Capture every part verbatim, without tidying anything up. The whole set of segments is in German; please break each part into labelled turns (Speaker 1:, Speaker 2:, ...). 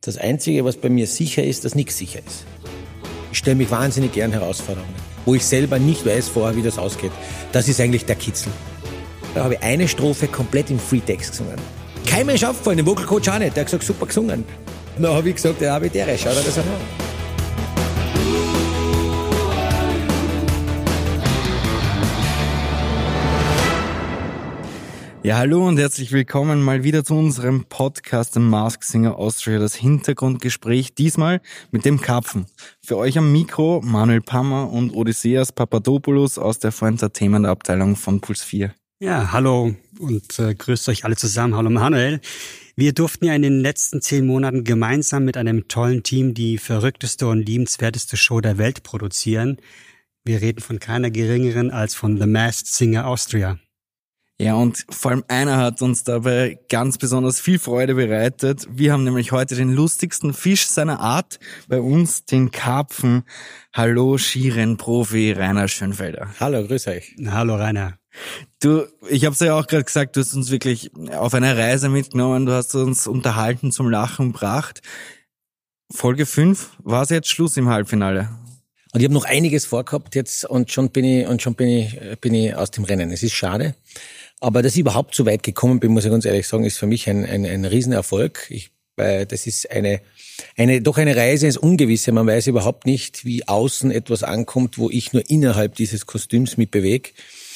Speaker 1: Das Einzige, was bei mir sicher ist, dass nichts sicher ist. Ich stelle mich wahnsinnig gern Herausforderungen, wo ich selber nicht weiß vorher, wie das ausgeht. Das ist eigentlich der Kitzel. Da habe ich eine Strophe komplett im Free-Text gesungen. Kein Mensch aufgefallen, der Vocal-Coach auch nicht. Der hat gesagt, super gesungen. Dann habe ich gesagt, ja, habe ich der, schau dir das an.
Speaker 2: Ja, hallo und herzlich willkommen mal wieder zu unserem Podcast The Masked Singer Austria, das Hintergrundgespräch, diesmal mit dem Karpfen. Für euch am Mikro Manuel Pammer und Odysseas Papadopoulos aus der Entertainment-Abteilung von Puls vier.
Speaker 3: Ja, hallo und äh, grüßt euch alle zusammen. Hallo Manuel. Wir durften ja in den letzten zehn Monaten gemeinsam mit einem tollen Team die verrückteste und liebenswerteste Show der Welt produzieren. Wir reden von keiner geringeren als von The Masked Singer Austria.
Speaker 2: Ja, und vor allem einer hat uns dabei ganz besonders viel Freude bereitet. Wir haben nämlich heute den lustigsten Fisch seiner Art bei uns, den Karpfen. Hallo Skirennprofi Rainer Schönfelder.
Speaker 1: Hallo, grüß euch.
Speaker 3: Hallo Rainer.
Speaker 2: Du, ich hab's ja auch gerade gesagt, du hast uns wirklich auf eine Reise mitgenommen, du hast uns unterhalten, zum Lachen gebracht. Folge fünf, war es jetzt Schluss im Halbfinale?
Speaker 1: Und ich habe noch einiges vorgehabt jetzt und schon bin ich und schon bin ich bin ich aus dem Rennen. Es ist schade. Aber dass ich überhaupt so weit gekommen bin, muss ich ganz ehrlich sagen, ist für mich ein, ein, ein Riesenerfolg. Ich, äh, das ist eine, eine, doch eine Reise ins Ungewisse. Man weiß überhaupt nicht, wie außen etwas ankommt, wo ich nur innerhalb dieses Kostüms mich bewege.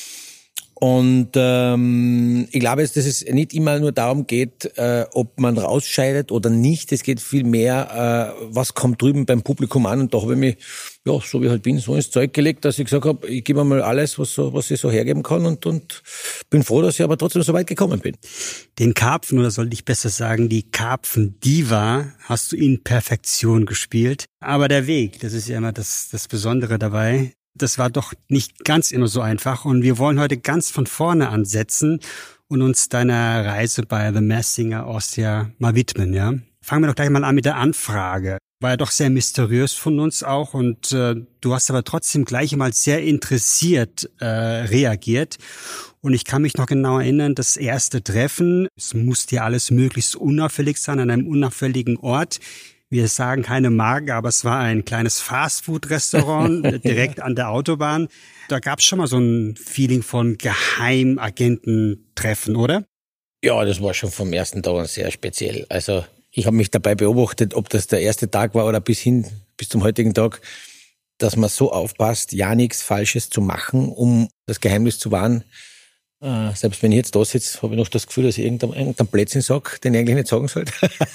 Speaker 1: Und ähm, ich glaube, dass es nicht immer nur darum geht, äh, ob man rausscheidet oder nicht. Es geht viel mehr, äh, was kommt drüben beim Publikum an. Und da habe ich mich, ja, so wie ich halt bin, so ins Zeug gelegt, dass ich gesagt habe, ich gebe mal alles, was so, was ich so hergeben kann. Und, und bin froh, dass ich aber trotzdem so weit gekommen bin.
Speaker 3: Den Karpfen, oder sollte ich besser sagen, die Karpfen-Diva, hast du in Perfektion gespielt. Aber der Weg, das ist ja immer das, das Besondere dabei. Das war doch nicht ganz immer so einfach und wir wollen heute ganz von vorne ansetzen und uns deiner Reise bei The Masked Singer Austria mal widmen, ja. Fangen wir doch gleich mal an mit der Anfrage. War ja doch sehr mysteriös von uns auch und äh, du hast aber trotzdem gleich mal sehr interessiert äh, reagiert. Und ich kann mich noch genau erinnern, das erste Treffen, es musste ja alles möglichst unauffällig sein, an einem unauffälligen Ort. Wir sagen keine Marke, aber es war ein kleines Fastfood-Restaurant direkt an der Autobahn. Da gab es schon mal so ein Feeling von Geheimagententreffen, oder?
Speaker 1: Ja, das war schon vom ersten Tag an sehr speziell. Also ich habe mich dabei beobachtet, ob das der erste Tag war oder bis hin, bis zum heutigen Tag, dass man so aufpasst, ja nichts Falsches zu machen, um das Geheimnis zu wahren. Uh, selbst wenn ich jetzt da sitze, habe ich noch das Gefühl, dass ich irgendeinen, irgendeinen Blödsinn sage, den ich eigentlich nicht sagen sollte.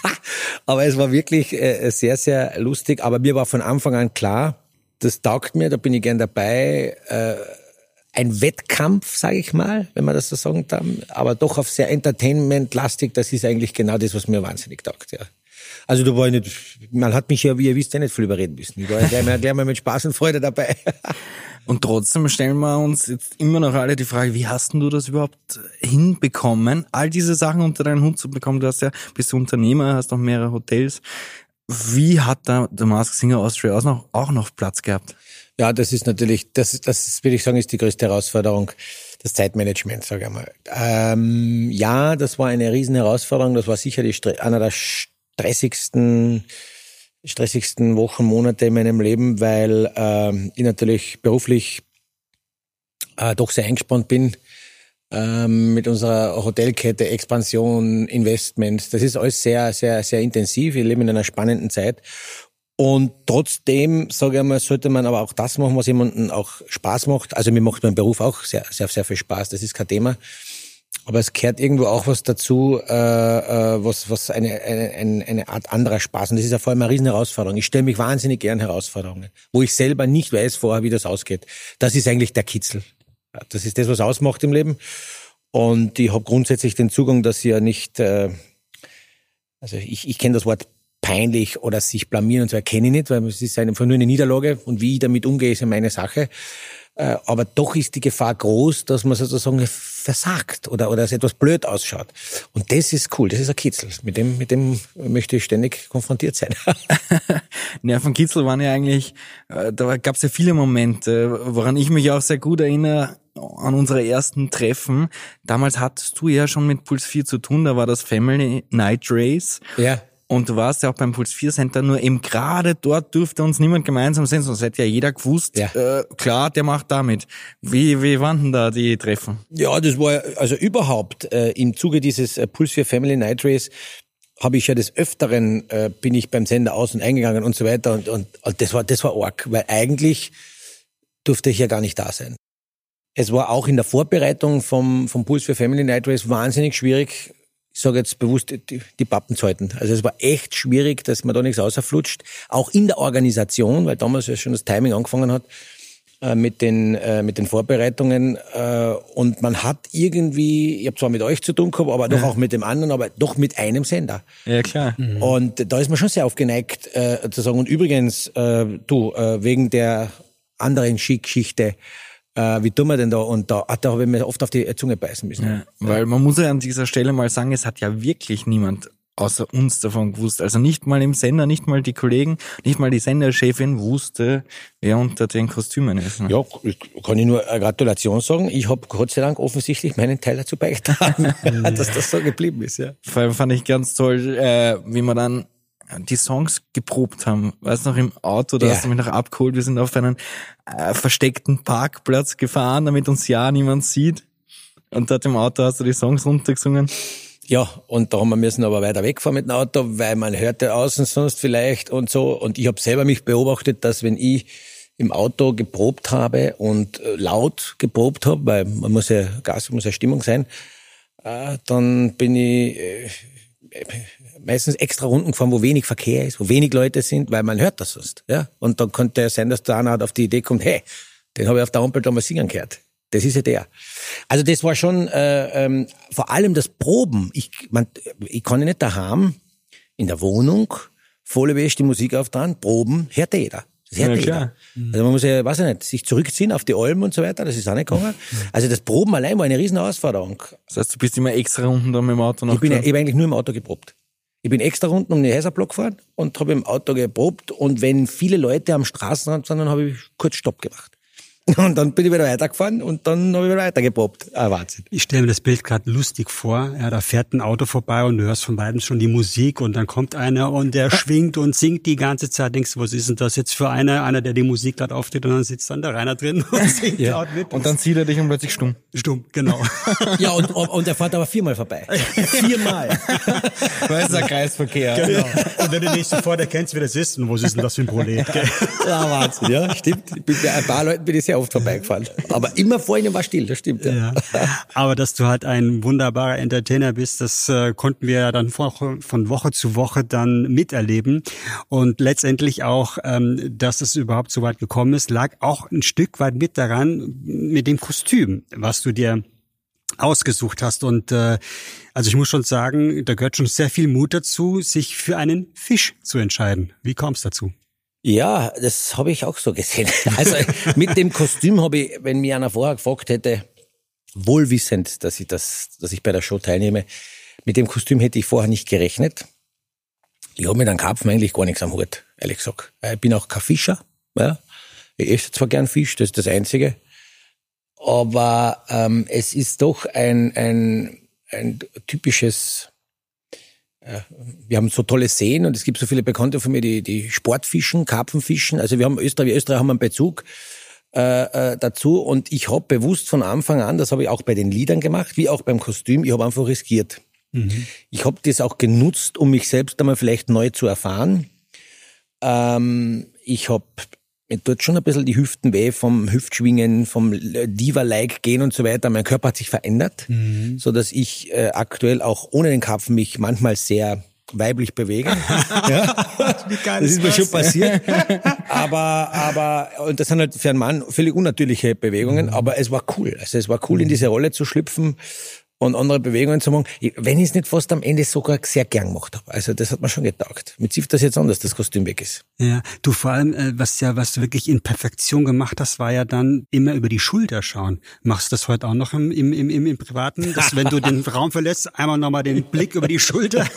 Speaker 1: Aber es war wirklich äh, sehr, sehr lustig. Aber mir war von Anfang an klar, das taugt mir, da bin ich gern dabei. Äh, ein Wettkampf, sage ich mal, wenn man das so sagen darf, aber doch auf sehr Entertainment-lastig. Das ist eigentlich genau das, was mir wahnsinnig taugt. Ja. Also da war ich nicht, man hat mich ja, wie ihr wisst, ja nicht viel überreden müssen. Ich war ja gleich mal, gleich mal mit Spaß und Freude dabei.
Speaker 2: Und trotzdem stellen wir uns jetzt immer noch alle die Frage, wie hast denn du das überhaupt hinbekommen, all diese Sachen unter deinen Hut zu bekommen? Du hast ja, bist du Unternehmer, hast auch mehrere Hotels. Wie hat da der Masked Singer Austria auch noch, auch noch Platz gehabt? Ja, das ist natürlich, das, das würde ich sagen, ist die größte Herausforderung, das Zeitmanagement, sage ich mal. Ähm, ja, das war eine riesen Herausforderung, das war sicher die, einer der stressigsten stressigsten Wochen, Monate in meinem Leben, weil äh, ich natürlich beruflich äh, doch sehr eingespannt bin äh, mit unserer Hotelkette, Expansion, Investments. Das ist alles sehr, sehr, sehr intensiv. Wir leben in einer spannenden Zeit. Und trotzdem, sage ich einmal, sollte man aber auch das machen, was jemandem auch Spaß macht. Also mir macht mein Beruf auch sehr, sehr, sehr viel Spaß. Das ist kein Thema. Aber es gehört irgendwo auch was dazu, äh, äh, was, was eine, eine, eine Art anderer Spaß. Und das ist ja vor allem eine riesen Herausforderung. Ich stelle mich wahnsinnig gern Herausforderungen, wo ich selber nicht weiß vorher, wie das ausgeht. Das ist eigentlich der Kitzel. Das ist das, was ausmacht im Leben. Und ich habe grundsätzlich den Zugang, dass ich ja nicht, äh, also ich, ich kenne das Wort peinlich oder sich blamieren und so erkenne ich nicht, weil es ist einfach nur eine Niederlage und wie ich damit umgehe, ist ja meine Sache. Aber doch ist die Gefahr groß, dass man sozusagen versagt oder, oder es etwas blöd ausschaut. Und das ist cool, das ist ein Kitzel. Mit dem, mit dem möchte ich ständig konfrontiert sein. Nervenkitzel waren ja eigentlich, da gab es ja viele Momente, woran ich mich auch sehr gut erinnere, an unsere ersten Treffen. Damals hattest du ja schon mit Puls vier zu tun, da war das Family Night Race.
Speaker 1: Ja.
Speaker 2: Und du warst ja auch beim Puls vier Center, nur eben gerade dort durfte uns niemand gemeinsam sehen, sonst hätte ja jeder gewusst,
Speaker 1: ja.
Speaker 2: äh, klar, der macht damit. Wie, wie waren denn da die Treffen?
Speaker 1: Ja, das war, also überhaupt, äh, im Zuge dieses äh, Puls vier Family Night Race habe ich ja des Öfteren, äh, bin ich beim Sender aus- und eingegangen und so weiter und, und, und das war, das war arg, weil eigentlich durfte ich ja gar nicht da sein. Es war auch in der Vorbereitung vom, vom Puls vier Family Night Race wahnsinnig schwierig. Ich sage jetzt bewusst, die, die Pappen zu halten. Also es war echt schwierig, dass man da nichts rausflutscht. Auch in der Organisation, weil damals ja schon das Timing angefangen hat äh, mit den äh, mit den Vorbereitungen. Äh, und man hat irgendwie, ich habe zwar mit euch zu tun gehabt, aber doch auch mit dem anderen, aber doch mit einem Sender.
Speaker 2: Ja, klar.
Speaker 1: Mhm. Und da ist man schon sehr aufgeneigt äh, zu sagen, und übrigens, äh, du, äh, wegen der anderen Geschichte, Äh, wie tun wir denn da? Und da, da habe ich mir oft auf die Zunge beißen müssen.
Speaker 2: Ja, weil man muss ja an dieser Stelle mal sagen, es hat ja wirklich niemand außer uns davon gewusst. Also nicht mal im Sender, nicht mal die Kollegen, nicht mal die Senderchefin wusste, wer unter den Kostümen ist. Ne?
Speaker 1: Ja, kann ich nur eine Gratulation sagen. Ich habe Gott sei Dank offensichtlich meinen Teil dazu beigetragen, dass das so geblieben ist. Ja.
Speaker 2: Vor allem fand ich ganz toll, äh, wie man dann die Songs geprobt haben. Weißt du, noch im Auto, da
Speaker 1: ja.
Speaker 2: hast du mich noch abgeholt. Wir sind auf einen äh, versteckten Parkplatz gefahren, damit uns ja niemand sieht. Und dort im Auto hast du die Songs runtergesungen.
Speaker 1: Ja, und da haben wir müssen aber weiter wegfahren mit dem Auto, weil man hörte außen sonst vielleicht und so. Und ich habe selber mich beobachtet, dass wenn ich im Auto geprobt habe und laut geprobt habe, weil man muss ja, Gas muss ja Stimmung sein, äh, dann bin ich äh, meistens extra Runden gefahren, wo wenig Verkehr ist, wo wenig Leute sind, weil man hört das sonst. Ja? Und dann könnte es sein, dass da einer auf die Idee kommt, hey, den habe ich auf der Ampel damals singen gehört. Das ist ja der. Also das war schon äh, ähm, vor allem das Proben. Ich, man, ich kann ja nicht daheim in der Wohnung volle Wäsche die Musik auftragen, proben, hört jeder. Das hört
Speaker 2: Ja,
Speaker 1: jeder.
Speaker 2: klar.
Speaker 1: Also man muss ja, weiß ich nicht, sich zurückziehen auf die Alm und so weiter, das ist auch nicht gegangen. Also das Proben allein war eine riesen Herausforderung.
Speaker 2: Das heißt, du bist immer extra Runden da mit dem Auto noch
Speaker 1: Ich bin ja,
Speaker 2: gefahren?
Speaker 1: ich hab eigentlich nur im Auto geprobt. Ich bin extra Runden um den Häuserblock gefahren und habe im Auto geprobt. Und wenn viele Leute am Straßenrand sind, dann habe ich kurz Stopp gemacht. Und dann bin ich wieder weitergefahren und dann habe ich wieder weitergeprobt. Ah, Wahnsinn.
Speaker 3: Ich stelle mir das Bild gerade lustig vor. Ja, da fährt ein Auto vorbei und du hörst von beiden schon die Musik und dann kommt einer und der schwingt und singt die ganze Zeit. Denkst du, was ist denn das jetzt für einer? Einer, der die Musik gerade auftritt und dann sitzt dann der Rainer drin und singt
Speaker 2: Ja.
Speaker 3: laut mit.
Speaker 2: Und dann zieht er dich und plötzlich stumm.
Speaker 3: Stumm, genau.
Speaker 1: Ja, und, und er fährt aber viermal vorbei. Viermal.
Speaker 2: Weil es ist ein Kreisverkehr.
Speaker 3: Genau. Und wenn du nicht sofort erkennst, wer das ist, und was ist denn das für ein Prolet?
Speaker 1: Ja, Wahnsinn, ja, stimmt. Ich bin, bei ein paar Leuten bin ich sehr oft vorbeigefahren. Aber immer vor ihnen war still, das stimmt. Ja.
Speaker 3: Ja. Aber dass du halt ein wunderbarer Entertainer bist, das äh, konnten wir ja dann von, von Woche zu Woche dann miterleben. Und letztendlich auch, ähm, dass es überhaupt so weit gekommen ist, lag auch ein Stück weit mit daran, mit dem Kostüm, was du dir ausgesucht hast. Und äh, also ich muss schon sagen, da gehört schon sehr viel Mut dazu, sich für einen Fisch zu entscheiden. Wie kam es dazu?
Speaker 1: Ja, das habe ich auch so gesehen. Also mit dem Kostüm habe ich, wenn mir einer vorher gefragt hätte, wohlwissend, dass ich das, dass ich bei der Show teilnehme, mit dem Kostüm hätte ich vorher nicht gerechnet. Ich habe mit einem Karpfen eigentlich gar nichts am Hut, ehrlich gesagt. Ich bin auch kein Fischer. Ja. Ich esse zwar gern Fisch, das ist das Einzige. Aber ähm, es ist doch ein, ein, ein typisches... Wir haben so tolle Seen und es gibt so viele Bekannte von mir, die, die Sportfischen, Karpfenfischen. Also wir haben Österreich, wir Österreich haben einen Bezug äh, äh, dazu und ich habe bewusst von Anfang an, das habe ich auch bei den Liedern gemacht, wie auch beim Kostüm, ich habe einfach riskiert. Mhm. Ich habe das auch genutzt, um mich selbst einmal vielleicht neu zu erfahren. Ähm, ich habe mir tut schon ein bisschen die Hüften weh vom Hüftschwingen, vom Diva-like gehen und so weiter. Mein Körper hat sich verändert, mhm. so dass ich äh, aktuell auch ohne den Karpfen mich manchmal sehr weiblich bewege. Ja.
Speaker 3: Wie geil
Speaker 1: das ist mir
Speaker 3: das?
Speaker 1: schon passiert. aber, aber, und das sind halt für einen Mann völlig unnatürliche Bewegungen, mhm. aber es war cool. Also es war cool, in diese Rolle zu schlüpfen und andere Bewegungen zu machen. Wenn ich es nicht fast am Ende sogar sehr gern gemacht habe. Also das hat mir schon getaugt. Mit sieht das jetzt anders, das Kostüm weg ist.
Speaker 3: Ja, du vor allem, äh, was ja, was du wirklich in Perfektion gemacht hast, war ja dann immer über die Schulter schauen. Machst du das heute auch noch im, im, im, im, im Privaten? Dass, wenn du den Raum verlässt, einmal nochmal den Blick über die Schulter?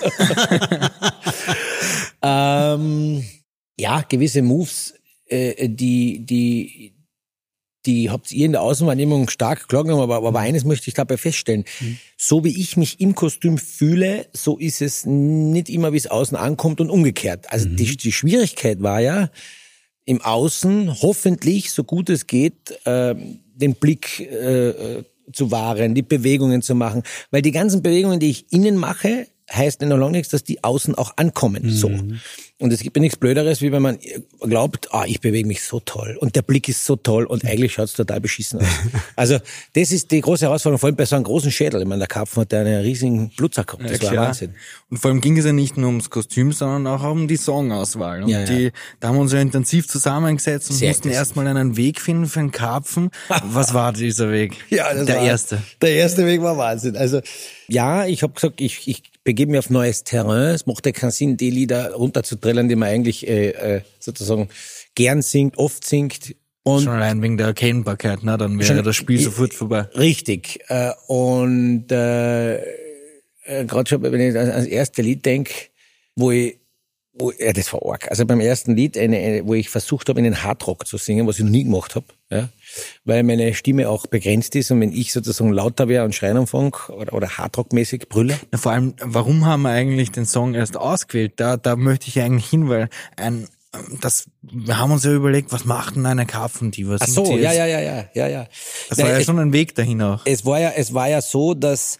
Speaker 1: ähm, ja, gewisse Moves, äh, die, die, die habt ihr in der Außenwahrnehmung stark klar genommen, aber, aber eines möchte ich dabei feststellen. Mhm. So wie ich mich im Kostüm fühle, so ist es nicht immer, wie es außen ankommt und umgekehrt. Also mhm. die, die Schwierigkeit war ja, im Außen hoffentlich, so gut es geht, äh, den Blick äh, zu wahren, die Bewegungen zu machen. Weil die ganzen Bewegungen, die ich innen mache, heißt noch lange nichts, dass die außen auch ankommen. Mhm. So. Und es gibt ja nichts Blöderes, wie wenn man glaubt, ah, ich bewege mich so toll und der Blick ist so toll und eigentlich schaut's total beschissen aus. Also das ist die große Herausforderung, vor allem bei so einem großen Schädel. Ich meine, der Karpfen hat ja einen riesigen Blutsack gehabt. Das ja, war klar. Wahnsinn.
Speaker 2: Und vor allem ging es ja nicht nur ums Kostüm, sondern auch um die Songauswahl. Und ja, die, ja. da haben wir uns ja intensiv zusammengesetzt und Sehr mussten erstmal einen Weg finden für einen Karpfen. Was war dieser Weg?
Speaker 1: Ja, das
Speaker 2: der
Speaker 1: war,
Speaker 2: erste.
Speaker 1: Der erste Weg war Wahnsinn. Also ja, ich habe gesagt, ich, ich begebe mich auf neues Terrain. Es macht ja keinen Sinn, die Lieder runterzuträllern, die man eigentlich äh, äh, sozusagen gern singt, oft singt.
Speaker 2: Und schon allein wegen der Erkennbarkeit, ne? Dann wäre das Spiel sofort vorbei.
Speaker 1: Richtig. Äh, und äh, äh, gerade schon, wenn ich ans erste Lied denke, wo ich, wo, ja, das war arg. Also beim ersten Lied, eine, eine, wo ich versucht habe, in den Hardrock zu singen, was ich noch nie gemacht habe, ja, weil meine Stimme auch begrenzt ist und wenn ich sozusagen lauter wäre und schreien anfange oder, oder Hardrock-mäßig brülle.
Speaker 2: Na, vor allem, warum haben wir eigentlich den Song erst ausgewählt? Da, da möchte ich eigentlich hin, weil ein, das, wir haben uns ja überlegt, was macht denn eine Karpfendiva?
Speaker 1: Ach so, ja, ja, ja, ja, ja, ja.
Speaker 2: Das Nein, war ja es, schon ein Weg dahin auch.
Speaker 1: Es war ja, es war ja so, dass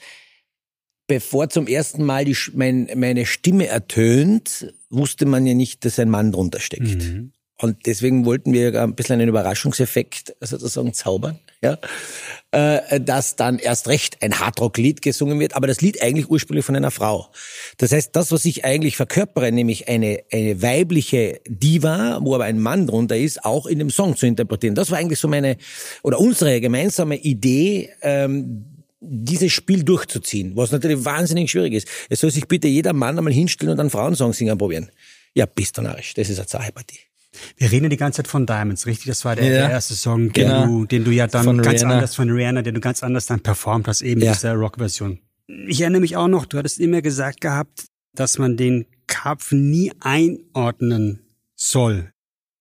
Speaker 1: bevor zum ersten Mal die, mein, meine Stimme ertönt, wusste man ja nicht, dass ein Mann drunter steckt. Mhm. Und deswegen wollten wir ein bisschen einen Überraschungseffekt sozusagen zaubern, ja, äh, dass dann erst recht ein Hardrock-Lied gesungen wird, aber das Lied eigentlich ursprünglich von einer Frau. Das heißt, das, was ich eigentlich verkörpere, nämlich eine, eine weibliche Diva, wo aber ein Mann drunter ist, auch in dem Song zu interpretieren. Das war eigentlich so meine, oder unsere gemeinsame Idee, ähm, dieses Spiel durchzuziehen, was natürlich wahnsinnig schwierig ist. Es soll sich bitte jeder Mann einmal hinstellen und einen Frauensong singen probieren. Ja, bist du narrisch. Das ist eine Zahlpartie.
Speaker 3: Wir reden ja die ganze Zeit von Diamonds, richtig? Das war der, ja, der erste Song, den,
Speaker 2: genau.
Speaker 3: du, den du ja dann
Speaker 2: von
Speaker 3: ganz
Speaker 2: Rihanna.
Speaker 3: anders von Rihanna, den du ganz anders dann performt hast, eben
Speaker 1: ja.
Speaker 3: diese Rock-Version. Ich erinnere mich auch noch, du hattest immer gesagt gehabt, dass man den Karpfen nie einordnen soll.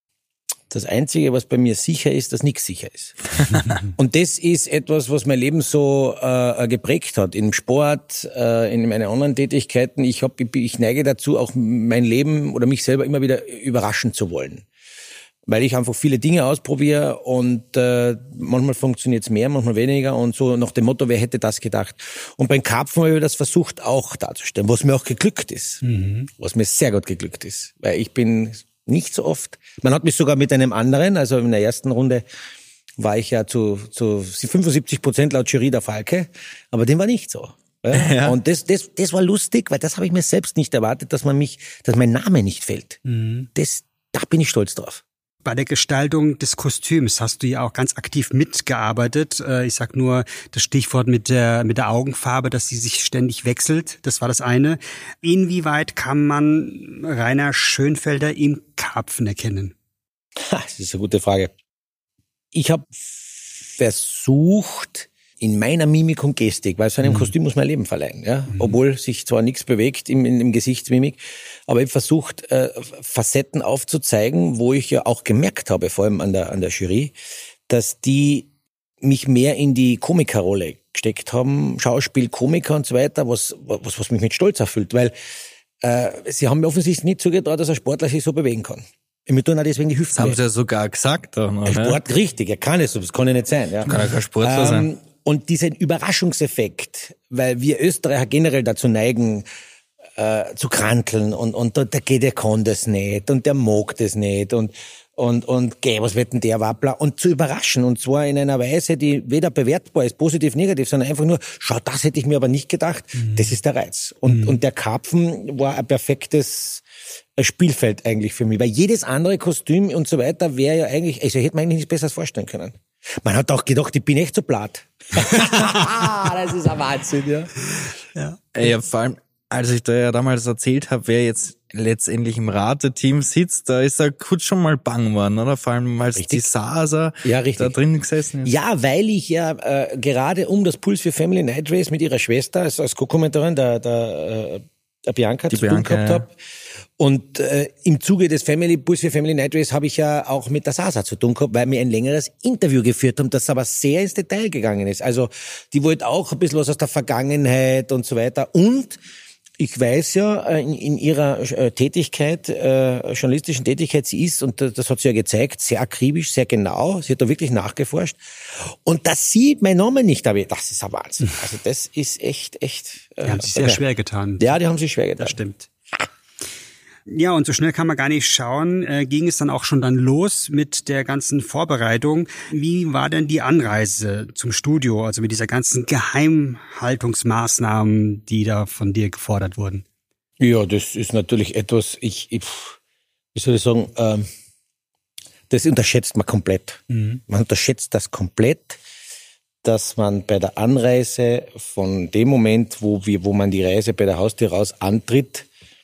Speaker 1: Das Einzige, was bei mir sicher ist, dass nichts sicher ist. Und das ist etwas, was mein Leben so äh, geprägt hat. Im Sport, äh, in meinen anderen Tätigkeiten. Ich, hab, ich, ich neige dazu, auch mein Leben oder mich selber immer wieder überraschen zu wollen. Weil ich einfach viele Dinge ausprobiere und äh, manchmal funktioniert es mehr, manchmal weniger. Und so nach dem Motto, wer hätte das gedacht? Und beim Karpfen habe ich das versucht auch darzustellen, was mir auch geglückt ist. Mhm. Was mir sehr gut geglückt ist. Weil ich bin... Nicht so oft. Man hat mich sogar mit einem anderen, also in der ersten Runde war ich ja zu, zu fünfundsiebzig Prozent laut Jury der Falke, aber dem war nicht so. Ja? Ja. Und das, das, das war lustig, weil das habe ich mir selbst nicht erwartet, dass man mich, dass mein Name nicht fällt. Mhm. Das, da bin ich stolz drauf.
Speaker 3: Bei der Gestaltung des Kostüms hast du ja auch ganz aktiv mitgearbeitet. Ich sag nur das Stichwort mit der, mit der Augenfarbe, dass sie sich ständig wechselt. Das war das eine. Inwieweit kann man Rainer Schönfelder im Karpfen erkennen?
Speaker 1: Ha, das ist eine gute Frage. Ich habe versucht, in meiner Mimik und Gestik, weil so einem mhm. Kostüm muss man Leben verleihen, ja, mhm. obwohl sich zwar nichts bewegt im, in, im Gesichtsmimik, aber ich habe versucht, äh, Facetten aufzuzeigen, wo ich ja auch gemerkt habe, vor allem an der an der Jury, dass die mich mehr in die Komikerrolle gesteckt haben, Schauspiel, Komiker und so weiter, was was was mich mit Stolz erfüllt, weil äh, sie haben mir offensichtlich nicht zugetraut, dass ein Sportler sich so bewegen kann. Wir tun auch deswegen die Hüften.
Speaker 2: Das haben sie ja sogar gesagt. Auch noch,
Speaker 1: ein Sport, ja? Richtig, er kann es, das kann ja nicht sein. Ja.
Speaker 2: Kann ja kein Sportler ähm, sein.
Speaker 1: Und diesen Überraschungseffekt, weil wir Österreicher generell dazu neigen, äh, zu kranteln und, und der, der geht, der kann das nicht und der mag das nicht und, und, und, geh, was wird denn der Wappler? Und zu überraschen und zwar in einer Weise, die weder bewertbar ist, positiv, negativ, sondern einfach nur, schau, das hätte ich mir aber nicht gedacht, mhm. das ist der Reiz. Und, mhm. und der Karpfen war ein perfektes Spielfeld eigentlich für mich, weil jedes andere Kostüm und so weiter wäre ja eigentlich, also hätte man eigentlich nichts Besseres vorstellen können. Man hat auch gedacht, ich bin echt so platt. Das ist ein Wahnsinn, ja.
Speaker 2: Ja. Ja, vor allem, als ich da ja damals erzählt habe, wer jetzt letztendlich im Rateteam sitzt, da ist er kurz schon mal bang worden, oder? Vor allem, als richtig. Die Sasa
Speaker 1: ja,
Speaker 2: da drin gesessen ist.
Speaker 1: Ja, weil ich ja äh, gerade um das Puls für Family Night Race mit ihrer Schwester, also als Co-Kommentatorin, der, der äh, der Bianca
Speaker 2: Die
Speaker 1: zu tun
Speaker 2: Bianca,
Speaker 1: gehabt
Speaker 2: ja.
Speaker 1: habe. Und äh, im Zuge des Family Puls für Family Night Race habe ich ja auch mit der Sasa zu tun gehabt, weil wir ein längeres Interview geführt haben, das aber sehr ins Detail gegangen ist. Also die wollte auch ein bisschen was aus der Vergangenheit und so weiter. Und ich weiß ja, in, in ihrer äh, Tätigkeit, äh, journalistischen Tätigkeit, sie ist, und das, das hat sie ja gezeigt, sehr akribisch, sehr genau. Sie hat da wirklich nachgeforscht. Und dass sie mein Name nicht erwähnt, das ist ein Wahnsinn. Also das ist echt, echt... Äh,
Speaker 3: Die haben sich sehr schwer getan.
Speaker 1: Ja, die haben sich schwer getan.
Speaker 3: Das stimmt. Ja, und so schnell kann man gar nicht schauen. Äh, ging es dann auch schon dann los mit der ganzen Vorbereitung? Wie war denn die Anreise zum Studio, also mit dieser ganzen Geheimhaltungsmaßnahmen, die da von dir gefordert wurden?
Speaker 1: Ja, das ist natürlich etwas, ich, ich wie soll ich sagen, ähm, das unterschätzt man komplett. Mhm. Man unterschätzt das komplett, dass man bei der Anreise von dem Moment, wo wir, wo man die Reise bei der Haustür raus antritt,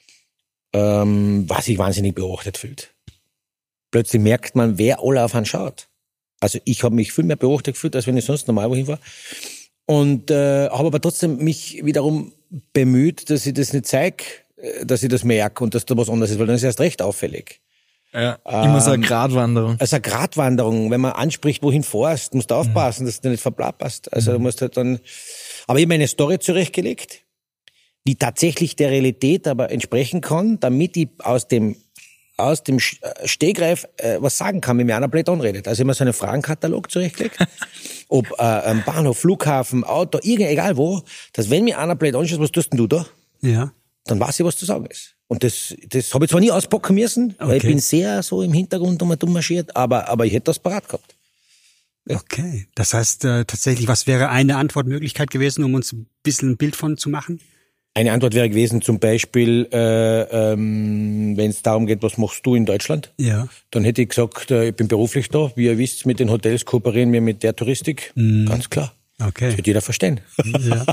Speaker 1: ähm, was sich wahnsinnig beobachtet fühlt. Plötzlich merkt man, wer alle auf einen schaut. Also ich habe mich viel mehr beobachtet gefühlt, als wenn ich sonst normal wohin war. Und äh, habe aber trotzdem mich wiederum bemüht, dass ich das nicht zeige, dass ich das merke und dass da was anderes ist, weil dann ist es erst recht auffällig.
Speaker 2: Ja, immer so eine Gratwanderung.
Speaker 1: Also eine Gratwanderung, wenn man anspricht, wohin fährst, musst du aufpassen, mhm. dass du nicht verplapperst. Also mhm. du musst halt dann... Aber ich habe mir eine Story zurechtgelegt, die tatsächlich der Realität aber entsprechen kann, damit ich aus dem aus dem Stegreif äh, was sagen kann, wenn mir einer blöd anredet. Also immer so einen Fragenkatalog zurechtgelegt, ob äh, ein Bahnhof, Flughafen, Auto, irgend, egal wo, dass wenn mir einer blöd anschaut, was tust denn du da?
Speaker 3: Ja.
Speaker 1: Dann weiß ich, was zu sagen ist. Und das, das habe ich zwar nie auspacken müssen, weil
Speaker 3: Okay.
Speaker 1: ich bin sehr so im Hintergrund um und marschiert, aber, aber ich hätte das parat gehabt. Ja.
Speaker 3: Okay. Das heißt äh, tatsächlich, was wäre eine Antwortmöglichkeit gewesen, um uns ein bisschen ein Bild von zu machen?
Speaker 1: Eine Antwort wäre gewesen, zum Beispiel, äh, ähm, wenn es darum geht, was machst du in Deutschland?
Speaker 3: Ja.
Speaker 1: Dann hätte ich gesagt, äh, ich bin beruflich da. Wie ihr wisst, mit den Hotels kooperieren wir mit der Touristik. Mm. Ganz klar.
Speaker 3: Okay.
Speaker 1: Das wird jeder verstehen.
Speaker 3: Ja.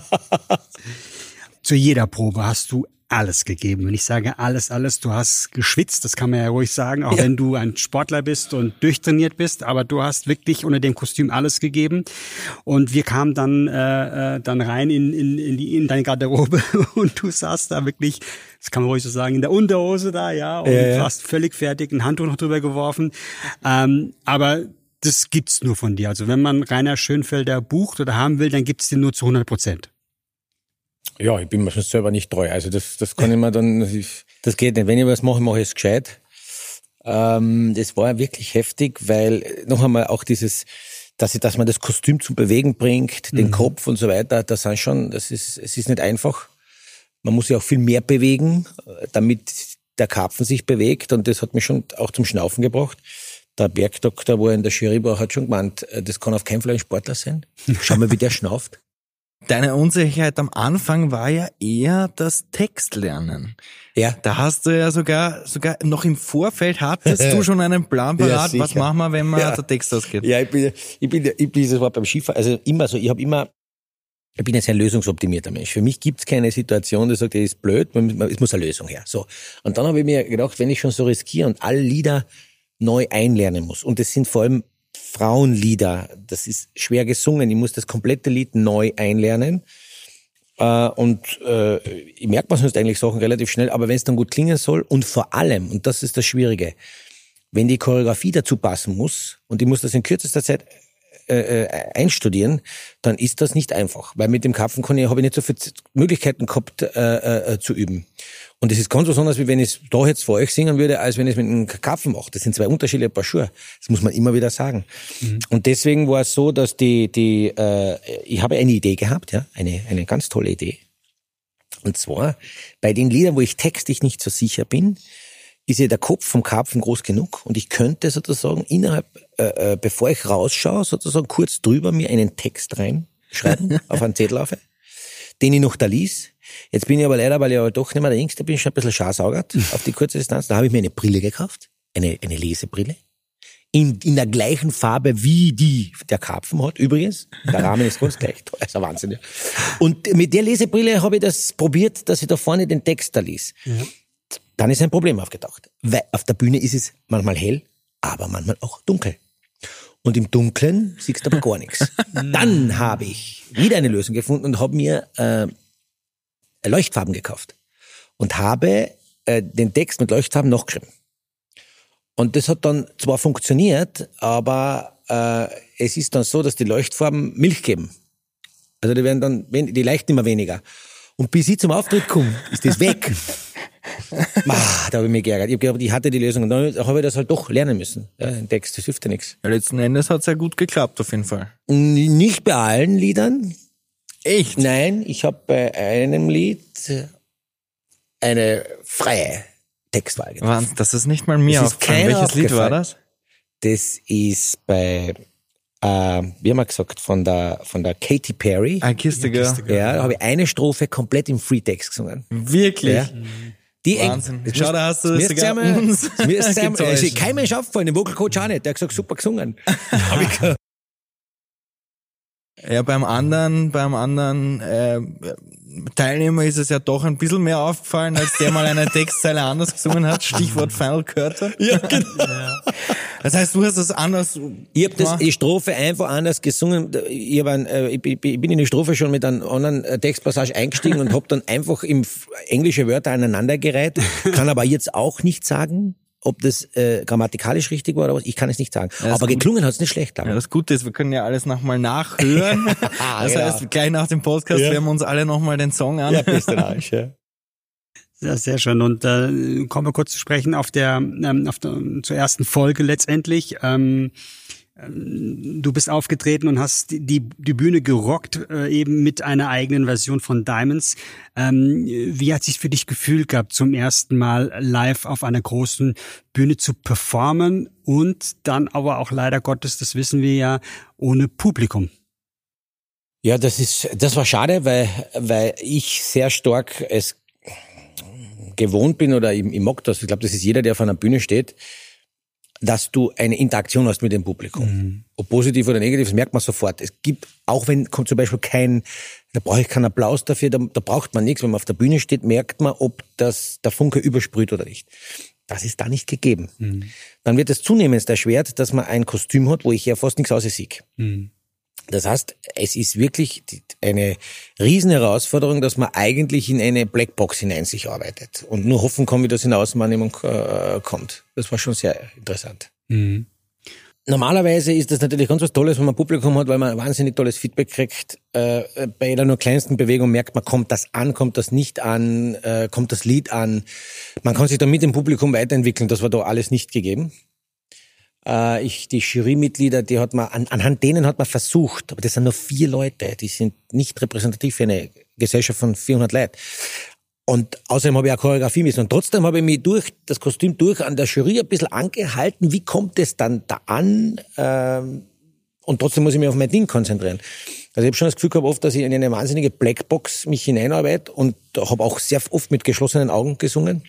Speaker 3: Zu jeder Probe hast du alles gegeben. Wenn ich sage alles, alles, du hast geschwitzt, das kann man ja ruhig sagen, auch
Speaker 1: Ja.
Speaker 3: wenn du ein Sportler bist und durchtrainiert bist, aber du hast wirklich unter dem Kostüm alles gegeben. Und wir kamen dann äh, dann rein in, in, in, die, in deine Garderobe und du saßt da wirklich, das kann man ruhig so sagen, in der Unterhose da, ja, und
Speaker 1: Ja, ja.
Speaker 3: warst völlig fertig, ein Handtuch noch drüber geworfen. Ähm, aber das gibt's nur von dir. Also wenn man Rainer Schönfelder bucht oder haben will, dann gibt's den nur zu hundert Prozent.
Speaker 1: Ja, ich bin mir schon selber nicht treu. Also das, das kann ich mir dann, das geht nicht. Wenn ich was mache, mache ich es gescheit. Ähm, das war wirklich heftig, weil noch einmal auch dieses, dass, ich, dass man das Kostüm zum Bewegen bringt, den mhm. Kopf und so weiter, das sind schon, das ist, es ist nicht einfach. Man muss ja auch viel mehr bewegen, damit der Karpfen sich bewegt, und das hat mich schon auch zum Schnaufen gebracht. Der Bergdoktor, wo er in der Jury war, hat schon gemeint, das kann auf keinen Fall ein Sportler sein. Schau mal, wie der schnauft.
Speaker 2: Deine Unsicherheit am Anfang war ja eher das Textlernen.
Speaker 1: Ja.
Speaker 2: Da hast du ja sogar, sogar noch im Vorfeld hattest du schon einen Plan parat,
Speaker 1: Ja,
Speaker 2: was machen wir, wenn mal
Speaker 1: Ja.
Speaker 2: der Text ausgeht.
Speaker 1: Ja, ich bin, ich bin, ich bin, das war beim Skifahren, also immer so, ich habe immer, ich bin ein sehr lösungsoptimierter Mensch. Für mich gibt's keine Situation, die sagt, das ist blöd, man- man- es muss eine Lösung her. So. Und dann habe ich mir gedacht, wenn ich schon so riskiere und alle Lieder neu einlernen muss, und das sind vor allem Frauenlieder, das ist schwer gesungen, ich muss das komplette Lied neu einlernen. Äh, und äh, ich merke mir sonst eigentlich Sachen relativ schnell, aber wenn es dann gut klingen soll, und vor allem, und das ist das Schwierige, wenn die Choreografie dazu passen muss, und ich muss das in kürzester Zeit äh, einstudieren, dann ist das nicht einfach. Weil mit dem Karpfen kann ich, habe ich nicht so viele Möglichkeiten gehabt, äh, äh, zu üben. Und es ist ganz was anderes, wie wenn ich es da jetzt vor euch singen würde, als wenn ich es mit einem Karpfen mache. Das sind zwei unterschiedliche Paar Schuhe. Das muss man immer wieder sagen. Mhm. Und deswegen war es so, dass die, die, äh, ich habe eine Idee gehabt, ja, eine, eine ganz tolle Idee. Und zwar, bei den Liedern, wo ich textlich nicht so sicher bin, ist ja der Kopf vom Karpfen groß genug, und ich könnte sozusagen innerhalb, äh, äh, bevor ich rausschaue, sozusagen kurz drüber mir einen Text reinschreiben, auf einen Zettel auf, den ich noch da lies. Jetzt bin ich aber leider, weil ich aber doch nicht mehr der Jüngste bin, schon ein bisschen scharsaugert auf die kurze Distanz. Da habe ich mir eine Brille gekauft, eine, eine Lesebrille, in, in der gleichen Farbe, wie die der Karpfen hat, übrigens. Der Rahmen ist ganz gleich, das ist ein Wahnsinn. Ja. Und mit der Lesebrille habe ich das probiert, dass ich da vorne den Text da lies. Ja. Dann ist ein Problem aufgetaucht. Weil auf der Bühne ist es manchmal hell, aber manchmal auch dunkel. Und im Dunkeln siehst du aber gar nichts. Dann habe ich wieder eine Lösung gefunden und habe mir äh, Leuchtfarben gekauft. und habe äh, den Text mit Leuchtfarben nachgeschrieben. Und das hat dann zwar funktioniert, aber äh, es ist dann so, dass die Leuchtfarben Milch geben. Also die werden dann, die leuchten immer weniger. Und bis ich zum Auftritt komme, ist das weg. Mah, da habe ich mich geärgert. Ich habe gedacht, ich hatte die Lösung. Und dann habe ich das halt doch lernen müssen. Ja, den Text, das hilft ja nichts.
Speaker 2: Ja, letzten Endes hat es ja gut geklappt, auf jeden Fall.
Speaker 1: Nicht bei allen Liedern.
Speaker 2: Echt?
Speaker 1: Nein, ich habe bei einem Lied eine freie Textwahl getroffen.
Speaker 2: Wahnsinn, das ist nicht mal mir aufgefallen. Welches Lied war das?
Speaker 1: Das ist bei, äh, wie haben wir gesagt, von der von der Katy Perry.
Speaker 2: I Kissed a Girl.
Speaker 1: Ja, da habe ich eine Strophe komplett im Freetext gesungen.
Speaker 2: Wirklich?
Speaker 1: Ja. Die
Speaker 2: Wahnsinn.
Speaker 1: Eng,
Speaker 2: Schau, da hast du
Speaker 1: das
Speaker 2: sogar
Speaker 1: einmal,
Speaker 2: uns
Speaker 1: mir ist einmal,
Speaker 2: getäuscht.
Speaker 1: also kein Mensch aufgefallen, den Vocal Coach auch nicht. Der hat gesagt, super gesungen. Hab ich gehört.
Speaker 2: Ja, beim anderen, beim anderen äh, Teilnehmer ist es ja doch ein bisschen mehr aufgefallen, als der mal eine Textzeile anders gesungen hat. Stichwort Final Curtain. Ja, genau. Ja. Das heißt, du hast das anders
Speaker 1: Ich habe das die Strophe einfach anders gesungen. Ich, hab ein, äh, ich, ich bin in die Strophe schon mit einer anderen Textpassage eingestiegen und habe dann einfach im englische Wörter aneinandergereiht. Kann aber jetzt auch nicht sagen, ob das äh, grammatikalisch richtig war oder was, ich kann es nicht sagen.
Speaker 2: Ja,
Speaker 1: aber geklungen hat es nicht schlecht.
Speaker 2: Ja, das Gute ist, wir können ja alles nochmal nachhören. Das
Speaker 1: ja.
Speaker 2: heißt, gleich nach dem Podcast ja. hören wir uns alle nochmal den Song an.
Speaker 1: Ja, bist du Arsch, ja.
Speaker 3: Ja, sehr schön. Und äh, kommen wir kurz zu sprechen auf der, ähm, auf der zur ersten Folge letztendlich. Ähm, Du bist aufgetreten und hast die, die Bühne gerockt, äh, eben mit einer eigenen Version von Diamonds. Ähm, wie hat sich für dich gefühlt gehabt, zum ersten Mal live auf einer großen Bühne zu performen und dann aber auch leider Gottes, das wissen wir ja, ohne Publikum?
Speaker 1: Ja, das ist, das war schade, weil, weil ich sehr stark es gewohnt bin oder ich, ich mag das. Ich glaube, das ist jeder, der auf einer Bühne steht, dass du eine Interaktion hast mit dem Publikum. Mhm. Ob positiv oder negativ, das merkt man sofort. Es gibt, auch wenn kommt zum Beispiel kein, da brauche ich keinen Applaus dafür, da, da braucht man nichts. Wenn man auf der Bühne steht, merkt man, ob das der Funke übersprüht oder nicht. Das ist da nicht gegeben. Mhm. Dann wird es zunehmend erschwert, dass man ein Kostüm hat, wo ich ja fast nichts außer sehe. Mhm. Das heißt, es ist wirklich eine riesen Herausforderung, dass man eigentlich in eine Blackbox hinein sich arbeitet und nur hoffen kann, wie das in der Außenwahrnehmung äh, kommt. Das war schon sehr interessant. Mhm. Normalerweise ist das natürlich ganz was Tolles, wenn man Publikum hat, weil man wahnsinnig tolles Feedback kriegt. Äh, bei jeder nur kleinsten Bewegung merkt man, kommt das an, kommt das nicht an, äh, kommt das Lied an. Man kann sich dann mit dem Publikum weiterentwickeln. Das war da alles nicht gegeben. Äh, ich, die Jurymitglieder, die hat man, an, anhand denen hat man versucht, aber das sind nur vier Leute, die sind nicht repräsentativ für eine Gesellschaft von vierhundert Leuten. Und außerdem habe ich auch Choreografie müssen. Und trotzdem habe ich mich durch das Kostüm durch an der Jury ein bisschen angehalten, wie kommt es dann da an? Ähm, und trotzdem muss ich mich auf mein Ding konzentrieren. Also ich habe schon das Gefühl gehabt oft, dass ich in eine wahnsinnige Blackbox mich hineinarbeite und habe auch sehr oft mit geschlossenen Augen gesungen.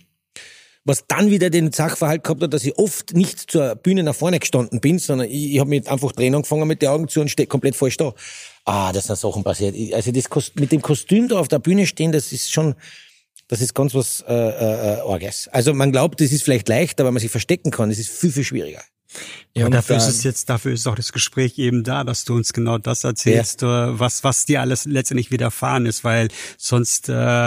Speaker 1: Was dann wieder den Sachverhalt gehabt hat, dass ich oft nicht zur Bühne nach vorne gestanden bin, sondern ich, ich habe mit einfach Tränen angefangen mit den Augen zu und stehe komplett falsch da. Ah, das sind Sachen passiert. Also das Kost- mit dem Kostüm da auf der Bühne stehen, das ist schon, das ist ganz was äh, äh, Orges. Also man glaubt, das ist vielleicht leichter, weil man sich verstecken kann. Das ist viel, viel schwieriger.
Speaker 3: Ja, und dafür ist es jetzt, dafür ist auch das Gespräch eben da, dass du uns genau das erzählst, ja. was was dir alles letztendlich widerfahren ist, weil sonst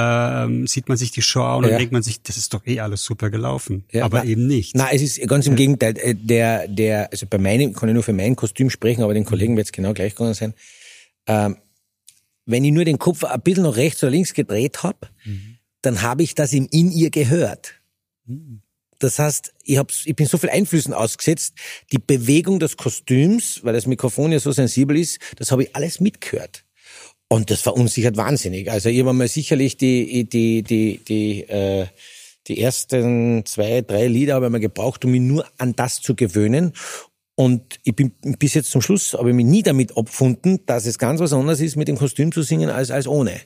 Speaker 3: äh, sieht man sich die Show an und
Speaker 1: ja.
Speaker 3: denkt man sich, das ist doch eh alles super gelaufen,
Speaker 1: ja,
Speaker 3: aber
Speaker 1: na,
Speaker 3: eben nicht.
Speaker 1: Nein, es ist ganz im ja. Gegenteil. Der, der, also bei meinem, kann ich nur für mein Kostüm sprechen, aber den Kollegen wird es genau gleich gegangen sein. Ähm, wenn ich nur den Kopf ein bisschen nach rechts oder links gedreht habe, mhm. dann habe ich das im In ihr gehört. Mhm. Das heißt, ich, hab's, ich bin so viel Einflüssen ausgesetzt, die Bewegung des Kostüms, weil das Mikrofon ja so sensibel ist, das habe ich alles mitgehört. Und das verunsichert wahnsinnig. Also ich habe mal sicherlich die, die, die, die, äh, die ersten zwei, drei Lieder habe ich mal gebraucht, um mich nur an das zu gewöhnen. Und ich bin bis jetzt zum Schluss, habe ich mich nie damit abgefunden, dass es ganz was anderes ist, mit dem Kostüm zu singen, als, als ohne.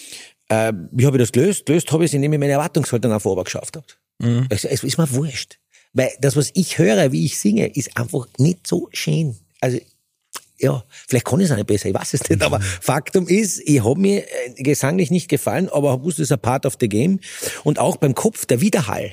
Speaker 1: Äh, wie habe ich das gelöst? Gelöst habe ich es, indem ich meine Erwartungshaltung auf Ober geschafft habe. Mhm. Es, es ist mir wurscht. Weil das, was ich höre, wie ich singe, ist einfach nicht so schön. Also, ja, vielleicht kann ich es auch nicht besser, ich weiß es nicht, aber Faktum ist, ich habe mir gesanglich nicht gefallen, aber ich wusste, das ist ein Part of the game. Und auch beim Kopf, der Widerhall,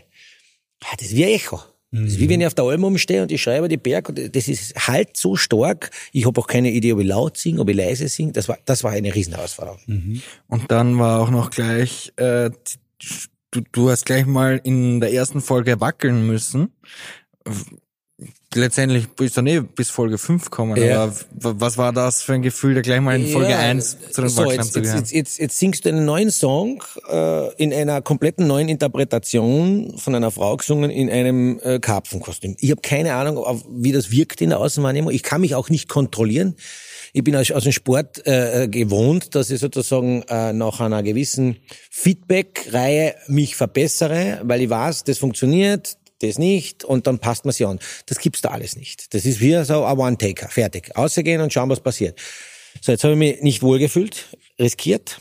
Speaker 1: das ist wie ein Echo. Das ist wie wenn ich auf der Alm umstehe und ich schreibe die Berg und das ist halt so stark. Ich habe auch keine Idee, ob ich laut singe, ob ich leise singe. Das war, das war eine Riesenherausforderung.
Speaker 2: Mhm. Und dann war auch noch gleich, äh, du, du hast gleich mal in der ersten Folge wackeln müssen. Letztendlich bist du nicht bis Folge fünf gekommen,
Speaker 1: Ja.
Speaker 2: aber w- was war das für ein Gefühl, da gleich mal in Folge
Speaker 1: Ja,
Speaker 2: eins zu den
Speaker 1: so,
Speaker 2: Wacklern
Speaker 1: jetzt,
Speaker 2: zu
Speaker 1: jetzt,
Speaker 2: gehören?
Speaker 1: jetzt, jetzt, jetzt singst du einen neuen Song äh, in einer kompletten neuen Interpretation von einer Frau gesungen in einem äh, Karpfenkostüm. Ich habe keine Ahnung, auf, wie das wirkt in der Außenwahrnehmung. Ich kann mich auch nicht kontrollieren. Ich bin aus, aus dem Sport äh, gewohnt, dass ich sozusagen äh, nach einer gewissen Feedback-Reihe mich verbessere, weil ich weiß, das funktioniert, das nicht und dann passt man sich an. Das gibt's da alles nicht. Das ist wie so ein One-Taker, fertig. Ausgehen und schauen, was passiert. So, jetzt habe ich mich nicht wohlgefühlt, riskiert,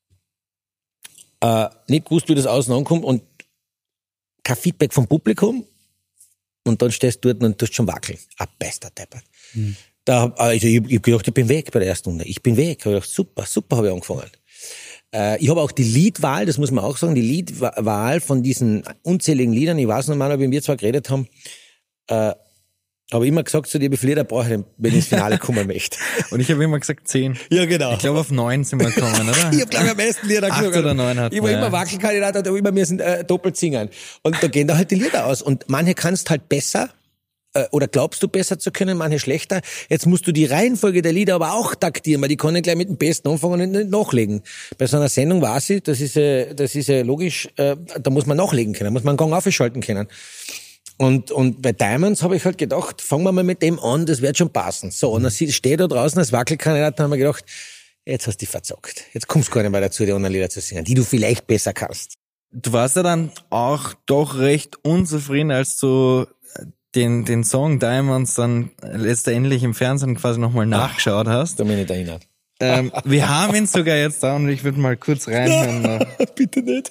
Speaker 1: äh, nicht gewusst, wie das außen ankommt und kein Feedback vom Publikum und dann stehst du dort und tust schon wackeln. Ein bester Deppert. Mhm. Da, also ich, ich hab gedacht, ich bin weg bei der ersten Runde. Ich bin weg. Ich hab gedacht, super, super habe ich angefangen. Äh, ich habe auch die Liedwahl, das muss man auch sagen, die Liedwahl von diesen unzähligen Liedern, ich weiß noch mal, wenn wir zwar geredet haben, äh, habe ich immer gesagt zu dir, wie viele Lieder brauche ich denn, wenn ich ins Finale kommen möchte.
Speaker 2: Und ich habe immer gesagt zehn.
Speaker 1: Ja, genau.
Speaker 2: Ich glaube, auf neun sind wir gekommen, oder?
Speaker 1: Ich habe, glaube ich, am meisten Lieder
Speaker 2: Acht
Speaker 1: gesagt.
Speaker 2: oder neun hatten
Speaker 1: Ich war
Speaker 2: wir,
Speaker 1: immer
Speaker 2: ja.
Speaker 1: Wackelkandidat, aber immer müssen äh, doppelt singen. Und da gehen da halt die Lieder aus. Und manche kannst halt besser, äh, oder glaubst du besser zu können, manche schlechter. Jetzt musst du die Reihenfolge der Lieder aber auch taktieren, weil die können gleich mit dem Besten anfangen und nicht nachlegen. Bei so einer Sendung weiß ich, das ist ja, das ist ja logisch, äh, da muss man nachlegen können, muss man einen Gang aufschalten können. Und, und bei Diamonds habe ich halt gedacht, fangen wir mal mit dem an, das wird schon passen. So, und dann steht da draußen als Wackelkandidat, dann haben wir gedacht, jetzt hast du dich verzockt. Jetzt kommst du gar nicht mehr dazu, die anderen Lieder zu singen, die du vielleicht besser kannst.
Speaker 2: Du warst ja dann auch doch recht unzufrieden, als du den, den Song Diamonds dann letztendlich im Fernsehen quasi nochmal nachgeschaut hast.
Speaker 1: Da bin ich nicht erinnert.
Speaker 2: Ähm, wir haben ihn sogar jetzt da und ich würde mal kurz reinhören.
Speaker 1: Bitte nicht.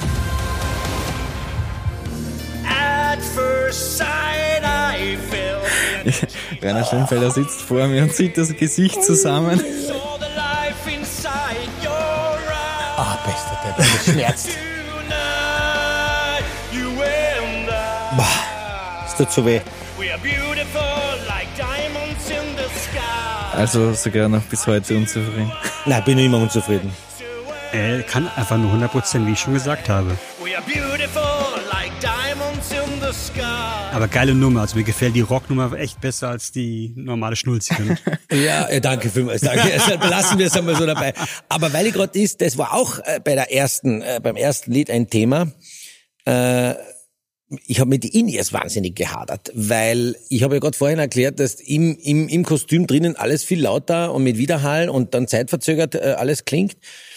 Speaker 4: At first sight I felt
Speaker 2: Rainer Schönfelder sitzt vor mir und zieht das Gesicht zusammen.
Speaker 4: saw the life inside your eyes.
Speaker 1: Ah, bester Depp, das schmerzt.
Speaker 4: Tonight, you and I,
Speaker 1: Boah, es tut so weh.
Speaker 4: we are beautiful like diamonds in the sky.
Speaker 2: Also sogar noch bis heute unzufrieden.
Speaker 1: Nein, bin ich immer unzufrieden.
Speaker 3: Er kann einfach nur hundert Prozent, wie ich schon gesagt habe.
Speaker 4: We are beautiful like diamonds in the sky.
Speaker 3: Aber geile Nummer. Also mir gefällt die Rocknummer echt besser als die normale Schnulzige.
Speaker 1: Ja, äh, danke vielmals, danke. Also, lassen wir es einmal so dabei. Aber weil ich gerade ist, das war auch äh, bei der ersten, äh, beim ersten Lied ein Thema. Äh, ich habe mit die In-Ears wahnsinnig gehadert, weil ich habe ja gerade vorhin erklärt, dass im, im, im Kostüm drinnen alles viel lauter und mit Widerhall und dann zeitverzögert äh, alles klingt.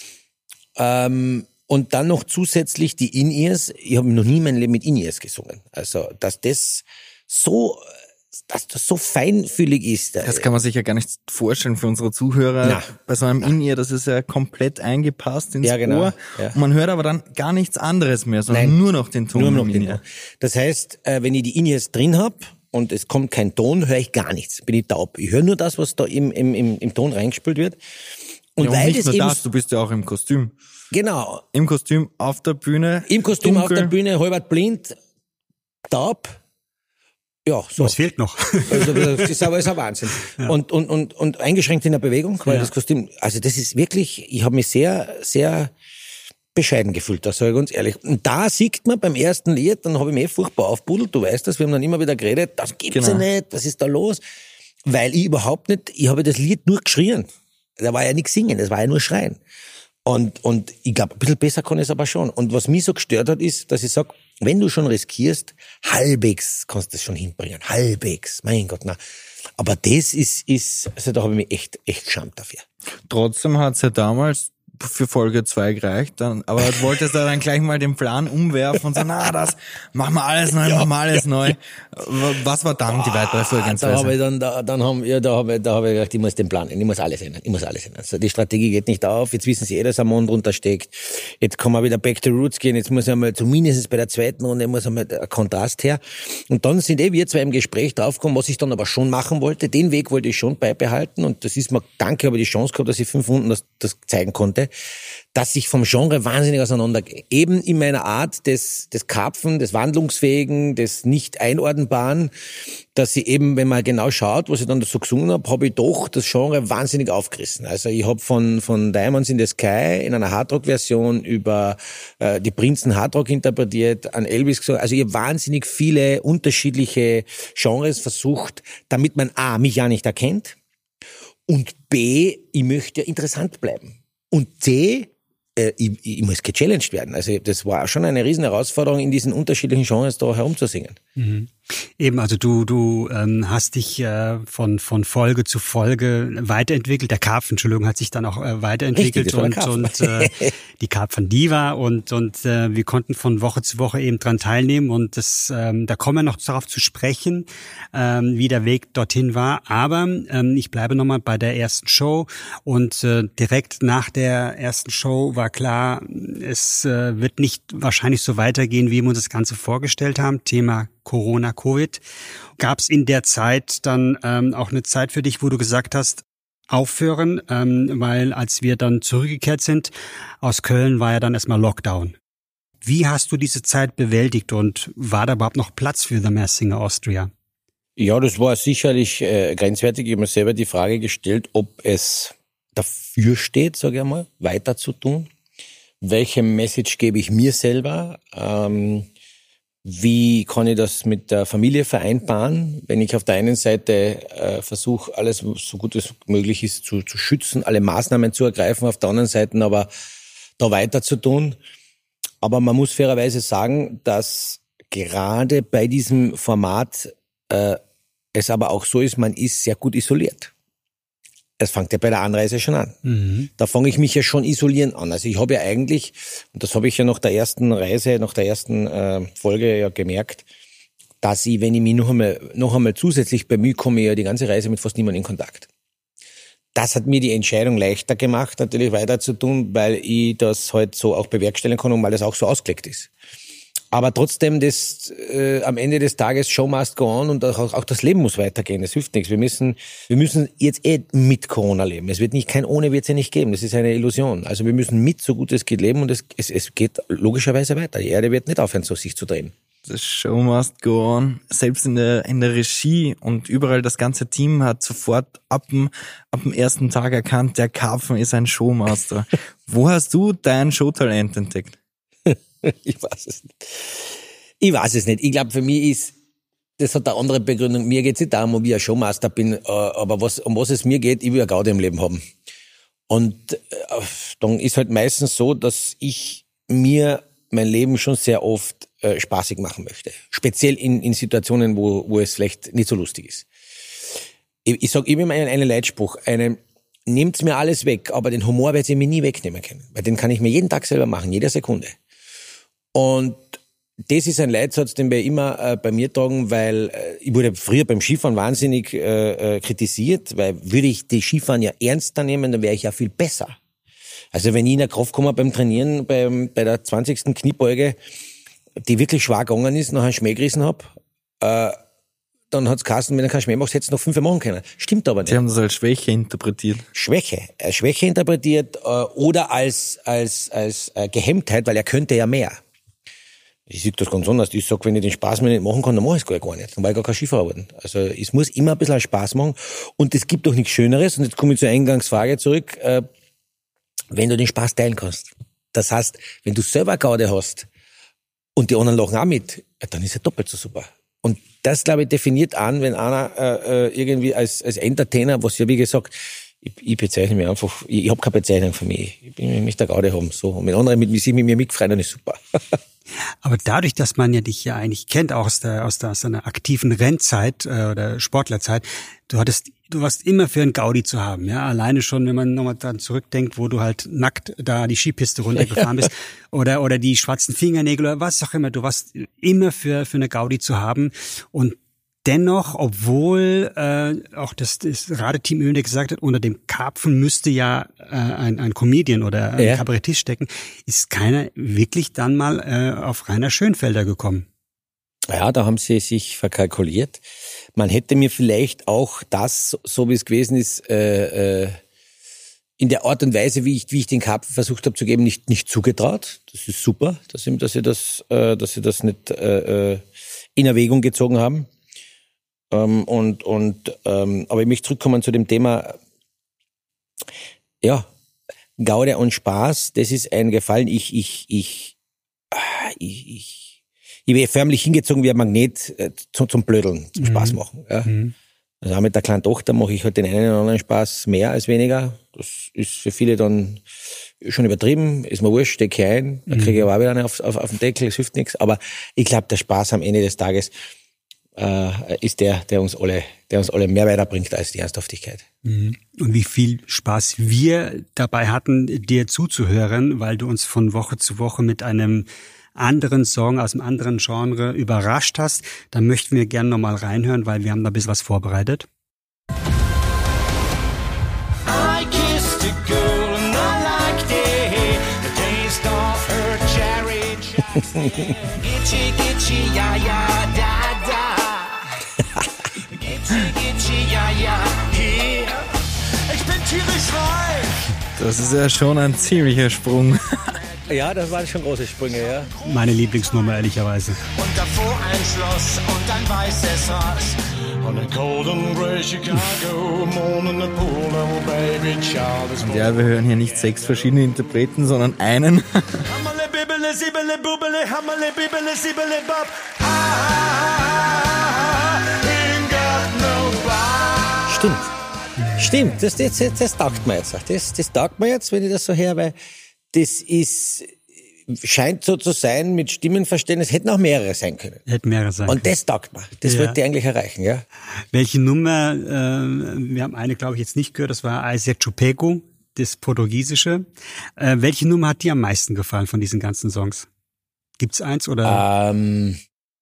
Speaker 1: Ähm, und dann noch zusätzlich die In-Ears. Ich habe noch nie in meinem Leben mit In-Ears gesungen. Also, dass das so, dass das so feinfühlig ist.
Speaker 2: Das kann man sich ja gar nicht vorstellen für unsere Zuhörer.
Speaker 1: Na.
Speaker 2: Bei so einem In-Ear, das ist ja komplett eingepasst ins
Speaker 1: Ja, genau.
Speaker 2: Ohr.
Speaker 1: Ja.
Speaker 2: Und man hört aber dann gar nichts anderes mehr, sondern
Speaker 1: Nein.
Speaker 2: nur noch den Ton
Speaker 1: Nur noch
Speaker 2: im
Speaker 1: den
Speaker 2: In-Ear.
Speaker 1: Ton. Das heißt, äh, wenn ich die In-Ears drin hab und es kommt kein Ton, höre ich gar nichts. Bin ich taub. Ich höre nur das, was da im, im, im, im Ton reingespült wird. Und
Speaker 2: Ja, und
Speaker 1: weil
Speaker 2: nicht
Speaker 1: das
Speaker 2: nur
Speaker 1: eben,
Speaker 2: das, du bist ja auch im Kostüm.
Speaker 1: genau,
Speaker 2: Im Kostüm, auf der Bühne.
Speaker 1: im Kostüm
Speaker 2: dunkel.
Speaker 1: auf der Bühne, halbert blind, taub. Ja, so.
Speaker 3: Was fehlt noch?
Speaker 1: Also das ist aber ist ein Wahnsinn. Und, und, und, und eingeschränkt in der Bewegung, weil
Speaker 3: Ja.
Speaker 1: das Kostüm, also das ist wirklich, ich habe mich sehr, sehr bescheiden gefühlt, das sage ich ganz ehrlich. Und da sieht man beim ersten Lied, dann habe ich mich eh furchtbar aufpudelt, du weißt das, wir haben dann immer wieder geredet, das gibt's
Speaker 2: Genau.
Speaker 1: ja nicht, was ist da los? Weil ich überhaupt nicht, ich habe das Lied nur geschrien. Da war ja nichts singen, das war ja nur schreien. Und, und ich glaube, ein bisschen besser kann ich es aber schon. Und was mich so gestört hat, ist, dass ich sage, wenn du schon riskierst, halbwegs kannst du das schon hinbringen. Halbwegs. Mein Gott, na. Aber das ist, ist, also da habe ich mich echt, echt geschämt dafür.
Speaker 2: Trotzdem hat's ja damals für Folge zwei gereicht, dann, aber du wolltest da dann gleich mal den Plan umwerfen und sagen, na, das, machen wir alles neu, machen wir alles neu. Was war dann die weitere
Speaker 1: Da habe
Speaker 2: Vorgehensweise?
Speaker 1: ich dann, da, dann haben, ja, da habe ich, da habe ich gedacht, ich muss den Plan ändern, ich muss alles ändern, ich muss alles ändern. Also die Strategie geht nicht auf, jetzt wissen sie eh, dass ein Mond drunter steckt. Jetzt kann man wieder back to roots gehen, jetzt muss einmal, zumindest bei der zweiten Runde, muss einmal ein Kontrast her. Und dann sind eh wir zwei im Gespräch draufgekommen, was ich dann aber schon machen wollte. Den Weg wollte ich schon beibehalten und das ist mir, danke, habe ich die Chance gehabt, dass ich fünf Runden das, das zeigen konnte. habe, dass ich vom Genre wahnsinnig auseinandergehe. Eben in meiner Art des, des Karpfen, des Wandlungsfähigen, des Nicht-Einordnbaren, dass ich eben, wenn man genau schaut, was ich dann so gesungen habe, habe ich doch das Genre wahnsinnig aufgerissen. Also ich habe von, von Diamonds in the Sky in einer Hardrock-Version über äh, die Prinzen Hardrock interpretiert, an Elvis gesungen. Also ich habe wahnsinnig viele unterschiedliche Genres versucht, damit man A, mich ja nicht erkennt und B, ich möchte ja interessant bleiben. Und C, äh, ich, ich muss gechallenged werden. Also das war schon eine riesen Herausforderung, in diesen unterschiedlichen Genres da herumzusingen.
Speaker 3: Mhm. Eben, also du du ähm, hast dich äh, von von Folge zu Folge weiterentwickelt. Der Karpfen, Entschuldigung, hat sich dann auch äh, weiterentwickelt.
Speaker 1: Richtig,
Speaker 3: und und äh, die Karpfen Diva und und äh, wir konnten von Woche zu Woche eben dran teilnehmen und das ähm, da kommen wir noch darauf zu sprechen, ähm, wie der Weg dorthin war. Aber ähm, ich bleibe nochmal bei der ersten Show und äh, direkt nach der ersten Show war klar, es äh, wird nicht wahrscheinlich so weitergehen, wie wir uns das Ganze vorgestellt haben. Thema Corona, Covid. Gab es in der Zeit dann ähm, auch eine Zeit für dich, wo du gesagt hast, aufhören, ähm, weil als wir dann zurückgekehrt sind aus Köln, war ja dann erstmal Lockdown. Wie hast du diese Zeit bewältigt und war da überhaupt noch Platz für The Masked Singer Austria?
Speaker 1: Ja, das war sicherlich äh, grenzwertig. Ich habe mir selber die Frage gestellt, ob es dafür steht, sage ich einmal, weiter zu tun. Welche Message gebe ich mir selber? Ähm, Wie kann ich das mit der Familie vereinbaren, wenn ich auf der einen Seite äh, versuche, alles so gut es möglich ist zu, zu schützen, alle Maßnahmen zu ergreifen, auf der anderen Seite aber da weiter zu tun. Aber man muss fairerweise sagen, dass gerade bei diesem Format äh, es aber auch so ist, man ist sehr gut isoliert. Das fängt ja bei der Anreise schon an. Mhm. Da fange ich mich ja schon isolieren an. Also ich habe ja eigentlich, und das habe ich ja nach der ersten Reise, nach der ersten äh, Folge ja gemerkt, dass ich, wenn ich mich noch einmal, noch einmal zusätzlich bemühe, komme ich ja die ganze Reise mit fast niemandem in Kontakt. Das hat mir die Entscheidung leichter gemacht, natürlich weiter zu tun, weil ich das halt so auch bewerkstelligen kann und weil das auch so ausgelegt ist. Aber trotzdem, das äh, am Ende des Tages, Show must go on und auch, auch das Leben muss weitergehen. Es hilft nichts. Wir müssen, wir müssen jetzt eh mit Corona leben. Es wird nicht, kein Ohne wird es ja nicht geben. Das ist eine Illusion. Also wir müssen mit, so gut es geht, leben und es, es, es geht logischerweise weiter. Die Erde wird nicht aufhören, so sich zu drehen.
Speaker 2: The show must go on. Selbst in der, in der Regie und überall das ganze Team hat sofort ab dem, ab dem ersten Tag erkannt, der Karpfen ist ein Showmaster. Wo hast du dein Showtalent entdeckt?
Speaker 1: Ich weiß es nicht. Ich weiß es nicht. Ich glaube, für mich ist, das hat eine andere Begründung. Mir geht es nicht darum, ob ich ein Showmaster bin, aber was, um was es mir geht, ich will eine Gaudi im Leben haben. Und äh, dann ist halt meistens so, dass ich mir mein Leben schon sehr oft äh, spaßig machen möchte. Speziell in, in Situationen, wo, wo es vielleicht nicht so lustig ist. Ich, ich sage immer einen, einen Leitspruch, einen, nehmt's mir alles weg, aber den Humor werdet ihr mir nie wegnehmen können. Weil den kann ich mir jeden Tag selber machen, jede Sekunde. Und das ist ein Leitsatz, den wir immer äh, bei mir tragen, weil äh, ich wurde früher beim Skifahren wahnsinnig äh, äh, kritisiert, weil würde ich die Skifahren ja ernster nehmen, dann wäre ich ja viel besser. Also wenn ich in der Kraft komme beim Trainieren, beim, bei der zwanzigsten Kniebeuge, die wirklich schwer gegangen ist, noch einen Schmäh gerissen habe, äh, dann hat's geheißen, wenn du keinen Schmäh machst, hättest du noch fünf machen können. Stimmt aber nicht.
Speaker 2: Sie haben das als Schwäche interpretiert.
Speaker 1: Schwäche. Äh, Schwäche interpretiert äh, oder als, als, als äh, Gehemmtheit, weil er könnte ja mehr. Ich sehe das ganz anders. Ich sage, wenn ich den Spaß mir nicht machen kann, dann mache ich es gar, gar nicht. Dann war ich gar kein Skifahrer werden. Also es muss immer ein bisschen Spaß machen. Und es gibt doch nichts Schöneres. Und jetzt komme ich zur Eingangsfrage zurück. Äh, wenn du den Spaß teilen kannst. Das heißt, wenn du selber Gaudi hast und die anderen lachen auch mit, dann ist er doppelt so super. Und das, glaube ich, definiert an, wenn einer äh, irgendwie als, als Entertainer, was ja wie gesagt, ich, ich bezeichne mich einfach, ich, ich habe keine Bezeichnung für mich. Ich, bin, ich möchte Gaudi haben. So. Und wenn andere mit, sich mit mir mitfreien, dann ist super.
Speaker 3: Aber dadurch, dass man ja dich ja eigentlich kennt, auch aus der, aus der, aus einer aktiven Rennzeit äh, oder Sportlerzeit, du hattest, du warst immer für einen Gaudi zu haben, ja. Alleine schon, wenn man nochmal dran zurückdenkt, wo du halt nackt da die Skipiste runtergefahren bist oder oder die schwarzen Fingernägel oder was auch immer, du warst immer für für eine Gaudi zu haben. Und dennoch, obwohl äh, auch das, das Radeteam Öhne gesagt hat, unter dem Karpfen müsste ja äh, ein, ein Comedian oder ein ja. Kabarettist stecken, ist keiner wirklich dann mal äh, auf Rainer Schönfelder gekommen.
Speaker 1: Ja, da haben sie sich verkalkuliert. Man hätte mir vielleicht auch das, so wie es gewesen ist, äh, äh, in der Art und Weise, wie ich, wie ich den Karpfen versucht habe zu geben, nicht, nicht zugetraut. Das ist super, dass sie, dass sie das, äh, dass sie das nicht äh, in Erwägung gezogen haben. Ähm, und, und, ähm, aber ich möchte zurückkommen zu dem Thema, ja, Gaude und Spaß, das ist ein Gefallen. Ich, ich, ich, ich, ich, ich bin förmlich hingezogen wie ein Magnet äh, zum, zum Blödeln, zum mhm. Spaß machen. Ja. Mhm. Also auch mit der kleinen Tochter mache ich halt den einen oder anderen Spaß mehr als weniger. Das ist für viele dann schon übertrieben, ist mir wurscht, stecke ich ein, dann kriege ich aber auch wieder eine auf, auf, auf den Deckel, es hilft nichts. Aber ich glaube, der Spaß am Ende des Tages äh, ist der, der uns alle, der uns alle mehr weiterbringt als die Ernsthaftigkeit.
Speaker 3: Und wie viel Spaß wir dabei hatten, dir zuzuhören, weil du uns von Woche zu Woche mit einem anderen Song aus einem anderen Genre überrascht hast, dann möchten wir gerne nochmal reinhören, weil wir haben da ein bisschen was vorbereitet.
Speaker 4: I kissed a girl and I liked it. The taste of her cherry Jackson. Gitchy, gitchy, ja, ja, da, da. Gitchy, gitchy, ja, ja, hier. Ich bin tierisch reich.
Speaker 2: Das ist ja schon ein ziemlicher Sprung.
Speaker 1: Ja, das waren schon große Sprünge, ja.
Speaker 3: Meine Lieblingsnummer, ehrlicherweise.
Speaker 4: Und davor ein Schloss und ein weißes Haus. On a cold and grey Chicago, moon in the pool, oh baby child is
Speaker 2: Und ja, wir hören hier nicht sechs verschiedene Interpreten, sondern einen.
Speaker 4: Hammerle, bibbele, sibbele, bubbele, hammerle, bibbele, sibbele, bab. Ah, ain't got no bar.
Speaker 1: Stimmt. Stimmt, das, das, das, das taugt mir jetzt. Das, das taugt mir jetzt, wenn ich das so höre, weil das ist, scheint so zu sein mit Stimmenverständnis, hätten auch mehrere sein können.
Speaker 3: Hätten mehrere sein können.
Speaker 1: Und das taugt mir. Das
Speaker 3: Ja.
Speaker 1: wollte ich eigentlich erreichen, ja.
Speaker 3: Welche Nummer, äh, wir haben eine, glaube ich, jetzt nicht gehört, das war Aise Chupego, das Portugiesische. Äh, welche Nummer hat dir am meisten gefallen von diesen ganzen Songs? Gibt's eins oder?
Speaker 1: Ähm,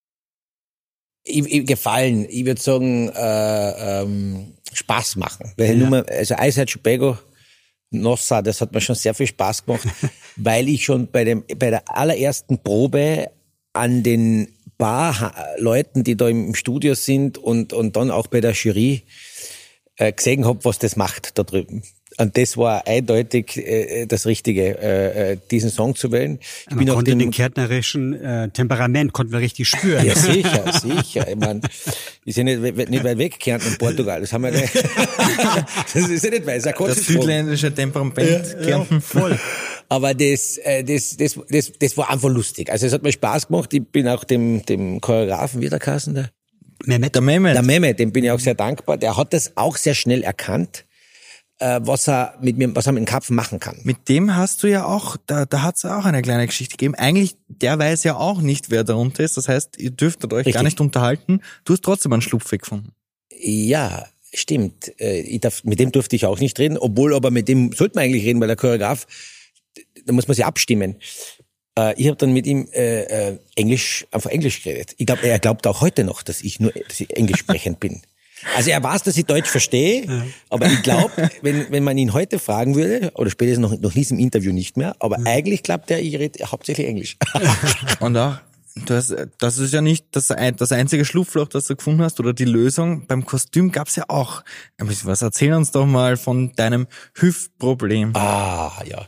Speaker 1: ich, ich, gefallen, ich würde sagen, äh, ähm, Spaß machen. Welche
Speaker 3: Ja.
Speaker 1: Nummer, also Aise Chupego, Nossa, das hat mir schon sehr viel Spaß gemacht, weil ich schon bei dem bei der allerersten Probe an den paar ha- Leuten, die da im Studio sind und und dann auch bei der Jury äh, gesehen habe, was das macht da drüben. Und das war eindeutig äh, das Richtige, äh, diesen Song zu wählen. Ich
Speaker 3: Man
Speaker 1: bin auch
Speaker 3: konnte
Speaker 1: dem,
Speaker 3: den kärntnerischen äh, Temperament konnten wir richtig spüren.
Speaker 1: ja, sicher, sicher. Ich meine, ist ja nicht, we- nicht weit weg, Kärnten und Portugal. Das haben wir nicht. Das ist ja nicht weit, das ist ein
Speaker 2: Das
Speaker 1: kurzes
Speaker 2: südländische Temperament, Kärnten.
Speaker 3: Voll.
Speaker 1: Aber das, äh, das, das, das, das war einfach lustig. Also es hat mir Spaß gemacht. Ich bin auch dem, dem Choreografen, wie der Kassen, der,
Speaker 3: Mehmet.
Speaker 2: Der Mehmet.
Speaker 1: der Mehmet, dem bin ich auch sehr dankbar. Der hat das auch sehr schnell erkannt, äh, was er mit mir, was er mit dem Karpfen machen kann.
Speaker 2: Mit dem hast du ja auch, da, da hat's ja auch eine kleine Geschichte gegeben. Eigentlich, der weiß ja auch nicht, wer darunter ist. Das heißt, ihr dürftet euch
Speaker 1: Richtig.
Speaker 2: gar nicht unterhalten. Du hast trotzdem einen Schlupfweg gefunden.
Speaker 1: Ja, stimmt. Äh, Ich darf, mit dem durfte ich auch nicht reden, obwohl aber mit dem sollte man eigentlich reden, weil der Choreograf, da muss man sich abstimmen. Äh, Ich habe dann mit ihm äh, äh, Englisch, einfach Englisch geredet. Ich glaube, er glaubt auch heute noch, dass ich nur, dass ich englisch sprechend bin. Also er weiß, dass ich Deutsch verstehe, ja. Aber ich glaube, wenn wenn man ihn heute fragen würde, oder spätestens noch, noch nie im Interview nicht mehr, aber ja. Eigentlich glaubt er, ich rede hauptsächlich Englisch.
Speaker 2: Und auch, das, das ist ja nicht das, ein- das einzige Schlupfloch, das du gefunden hast, oder die Lösung. Beim Kostüm gab's ja auch ein bisschen was. Erzähl uns doch mal von deinem Hüftproblem.
Speaker 1: Ah, ja.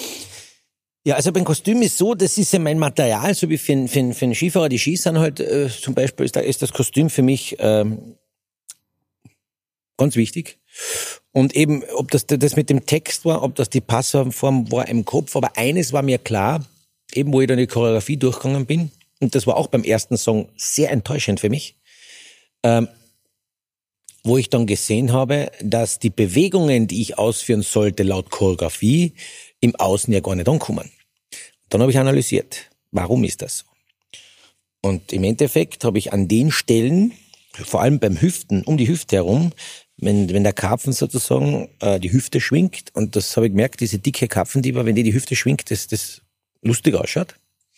Speaker 1: Ja, also beim Kostüm ist so, das ist ja mein Material, so wie für, einen- für, einen- für einen Skifahrer, die Skis sind halt, äh, zum Beispiel ist, da, ist das Kostüm für mich ähm, ganz wichtig. Und eben, ob das das mit dem Text war, ob das die Passform war im Kopf, aber eines war mir klar, eben wo ich dann die Choreografie durchgegangen bin, und das war auch beim ersten Song sehr enttäuschend für mich, ähm, wo ich dann gesehen habe, dass die Bewegungen, die ich ausführen sollte laut Choreografie, im Außen ja gar nicht ankommen. Dann habe ich analysiert, warum ist das so? Und im Endeffekt habe ich an den Stellen, vor allem beim Hüften, um die Hüfte herum, wenn, wenn der Karpfen sozusagen äh, die Hüfte schwingt, und das habe ich gemerkt, diese dicke Karpfendiebe, wenn die die Hüfte schwingt, das, das lustig ausschaut.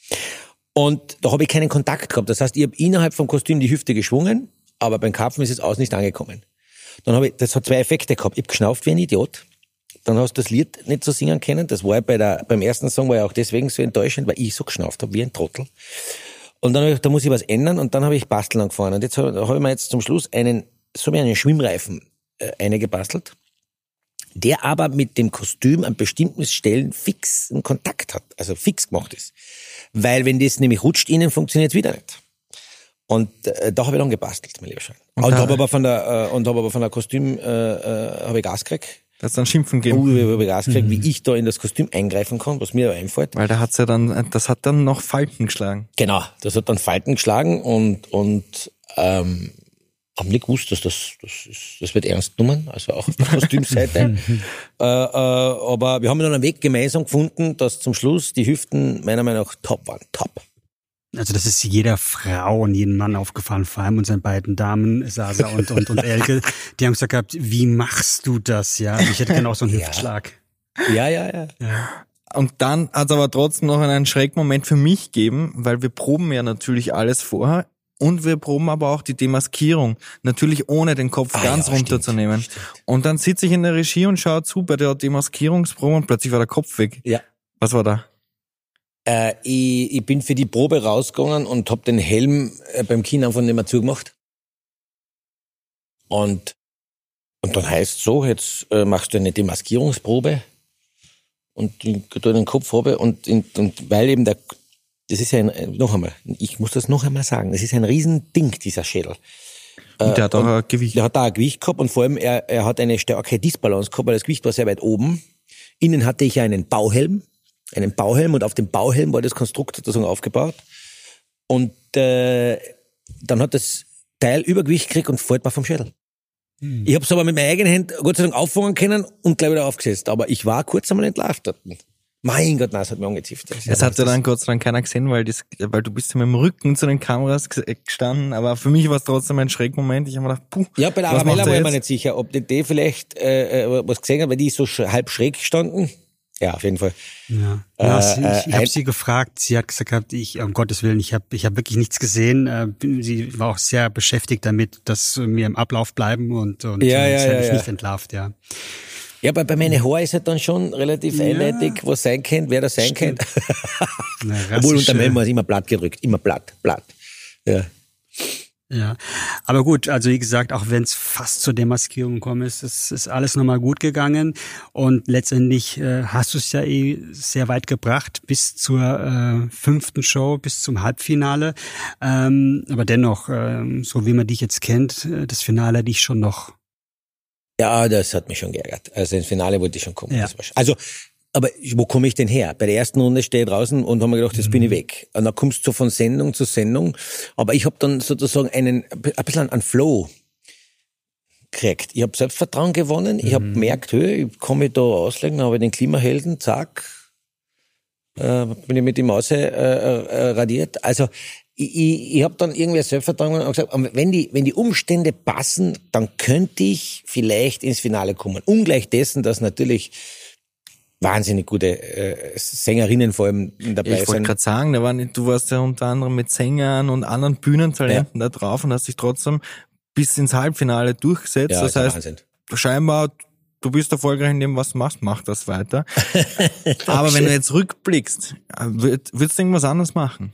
Speaker 1: Und da habe ich keinen Kontakt gehabt. Das heißt, ich habe innerhalb vom Kostüm die Hüfte geschwungen, aber beim Karpfen ist es außen nicht angekommen. Dann habe ich, das hat zwei Effekte gehabt. Ich habe geschnauft wie ein Idiot. Dann hast du das Lied nicht so singen können. Das war ja bei der, beim ersten Song war ja auch deswegen so enttäuschend, weil ich so geschnauft habe wie ein Trottel. Und dann habe ich, da muss ich was ändern, und dann habe ich basteln angefangen. Und jetzt habe, habe ich mir jetzt zum Schluss einen, so wie einen Schwimmreifen äh, eingebastelt. der aber mit dem Kostüm an bestimmten Stellen fix einen Kontakt hat, also fix gemacht ist. Weil wenn das nämlich rutscht innen, funktioniert es wieder nicht. Und äh, da habe ich dann gebastelt, mein lieber Schein. Und, und habe aber von der äh, und habe aber von der Kostüm äh, äh, habe ich Gas gekriegt.
Speaker 2: Das dann Schimpfen gegeben.
Speaker 1: Uh, ich habe Gas gekriegt, mhm. wie ich da in das Kostüm eingreifen kann, was mir da einfällt.
Speaker 2: Weil da hat's ja dann, das hat dann noch Falten geschlagen.
Speaker 1: Genau, das hat dann Falten geschlagen und und ähm, haben nicht gewusst, dass das das ist, das wird ernst genommen, also auch auf der Kostümseite. äh, äh, aber wir haben dann einen Weg gemeinsam gefunden, dass zum Schluss die Hüften meiner Meinung nach top waren, top.
Speaker 3: Also das ist jeder Frau und jedem Mann aufgefallen, vor allem unseren beiden Damen, Sasa und, und, und Elke. Die haben gesagt gehabt, wie machst du das? Ja, ich hätte gerne auch so einen
Speaker 1: ja.
Speaker 3: Hüftschlag.
Speaker 1: Ja, ja, ja,
Speaker 3: ja.
Speaker 2: Und dann hat es aber trotzdem noch einen Schreckmoment für mich gegeben, weil wir proben ja natürlich alles vorher und wir proben aber auch die Demaskierung. Natürlich ohne den Kopf
Speaker 1: ah,
Speaker 2: ganz
Speaker 1: ja,
Speaker 2: runterzunehmen.
Speaker 1: Stimmt, stimmt.
Speaker 2: Und dann sitze ich in der Regie und schaue zu bei der Demaskierungsprobe und plötzlich war der Kopf weg.
Speaker 1: Ja.
Speaker 2: Was war da?
Speaker 1: Äh, ich, ich bin für die Probe rausgegangen und hab den Helm äh, beim Kinoanfang nicht mehr zugemacht. Und, und dann heißt so, jetzt äh, machst du eine Demaskierungsprobe und ich tue den Kopf habe und, und, und weil eben der, das ist ja ein, noch einmal, ich muss das noch einmal sagen, das ist ein Riesending, dieser Schädel.
Speaker 2: Und der hat auch ein Gewicht.
Speaker 1: Der hat da ein Gewicht gehabt und vor allem, er, er hat eine starke Disbalance gehabt, weil das Gewicht war sehr weit oben. Innen hatte ich einen Bauhelm. einen Bauhelm und auf dem Bauhelm war das Konstrukt sozusagen aufgebaut und äh, dann hat das Teil Übergewicht gekriegt und fällt mir vom Schädel. Hm. Ich habe es aber mit meinen eigenen Händen Gott sei Dank auffangen können und gleich wieder aufgesetzt, aber ich war kurz einmal entlarvt dort. Mein Gott, nein, es hat mir angezifft.
Speaker 2: Es hat ja dann Gott sei Dank keiner gesehen, weil, das, weil du bist ja mit dem Rücken zu den Kameras gestanden, aber für mich war es trotzdem ein Schreckmoment. Ich habe mir gedacht, puh,
Speaker 1: ja, bei der
Speaker 2: was
Speaker 1: Arabella
Speaker 2: macht er
Speaker 1: war ich mir
Speaker 2: jetzt?
Speaker 1: nicht sicher, ob die, die vielleicht äh, was gesehen hat, weil die ist so sch- halb schräg gestanden. Ja, auf jeden Fall.
Speaker 3: Ja, ja
Speaker 1: Äh,
Speaker 3: sie, ich, ich
Speaker 1: äh,
Speaker 3: habe sie gefragt, sie hat gesagt, ich, um Gottes Willen, ich habe ich hab wirklich nichts gesehen. Äh, Sie war auch sehr beschäftigt damit, dass wir im Ablauf bleiben und, und
Speaker 1: Ja,
Speaker 3: äh,
Speaker 1: ja,
Speaker 3: sie hat
Speaker 1: ja,
Speaker 3: mich
Speaker 1: ja.
Speaker 3: nicht entlarvt, ja.
Speaker 1: Ja, aber bei meinen Haaren ist halt dann schon relativ
Speaker 3: Ja.
Speaker 1: eindeutig, was sein könnte, wer das sein
Speaker 3: Stimmt.
Speaker 1: könnte.
Speaker 3: Eine
Speaker 1: Obwohl
Speaker 3: rassische-
Speaker 1: unterm Helm war es immer platt gedrückt, immer platt, platt. Ja.
Speaker 3: Ja, aber gut, also wie gesagt, auch wenn es fast zur Demaskierung gekommen ist, es ist alles nochmal gut gegangen und letztendlich äh, hast du es ja eh sehr weit gebracht bis zur äh, fünften Show, bis zum Halbfinale. Ähm, aber dennoch, ähm, so wie man dich jetzt kennt, äh, das Finale dich schon noch.
Speaker 1: Ja, das hat mich schon geärgert. Also ins Finale wollte ich schon kommen.
Speaker 3: Ja.
Speaker 1: Das war schon. Also, aber wo komme ich denn her? Bei der ersten Runde stehe ich draußen und habe mir gedacht, jetzt bin ich weg. Und dann kommst du von Sendung zu Sendung. Aber ich habe dann sozusagen einen, ein bisschen einen Flow gekriegt. Ich habe Selbstvertrauen gewonnen. Ich habe gemerkt, hey, ich kann mich da auslegen, dann habe ich den Klimahelden, zack, äh, bin ich mit ihm aus äh, äh, radiert. Also ich, ich, ich habe dann irgendwie Selbstvertrauen und gesagt, wenn die, wenn die Umstände passen, dann könnte ich vielleicht ins Finale kommen. Ungleich dessen, dass natürlich wahnsinnig gute äh, Sängerinnen vor allem dabei
Speaker 2: Ich wollte
Speaker 1: sind.
Speaker 2: gerade sagen, da waren, du warst ja unter anderem mit Sängern und anderen Bühnentalenten da drauf und hast dich trotzdem bis ins Halbfinale durchgesetzt.
Speaker 1: Ja,
Speaker 2: das
Speaker 1: ist der
Speaker 2: heißt,
Speaker 1: Wahnsinn.
Speaker 2: scheinbar, du bist erfolgreich in dem, was du machst, mach das weiter. Aber wenn du jetzt rückblickst, würd, würdest du irgendwas anderes machen?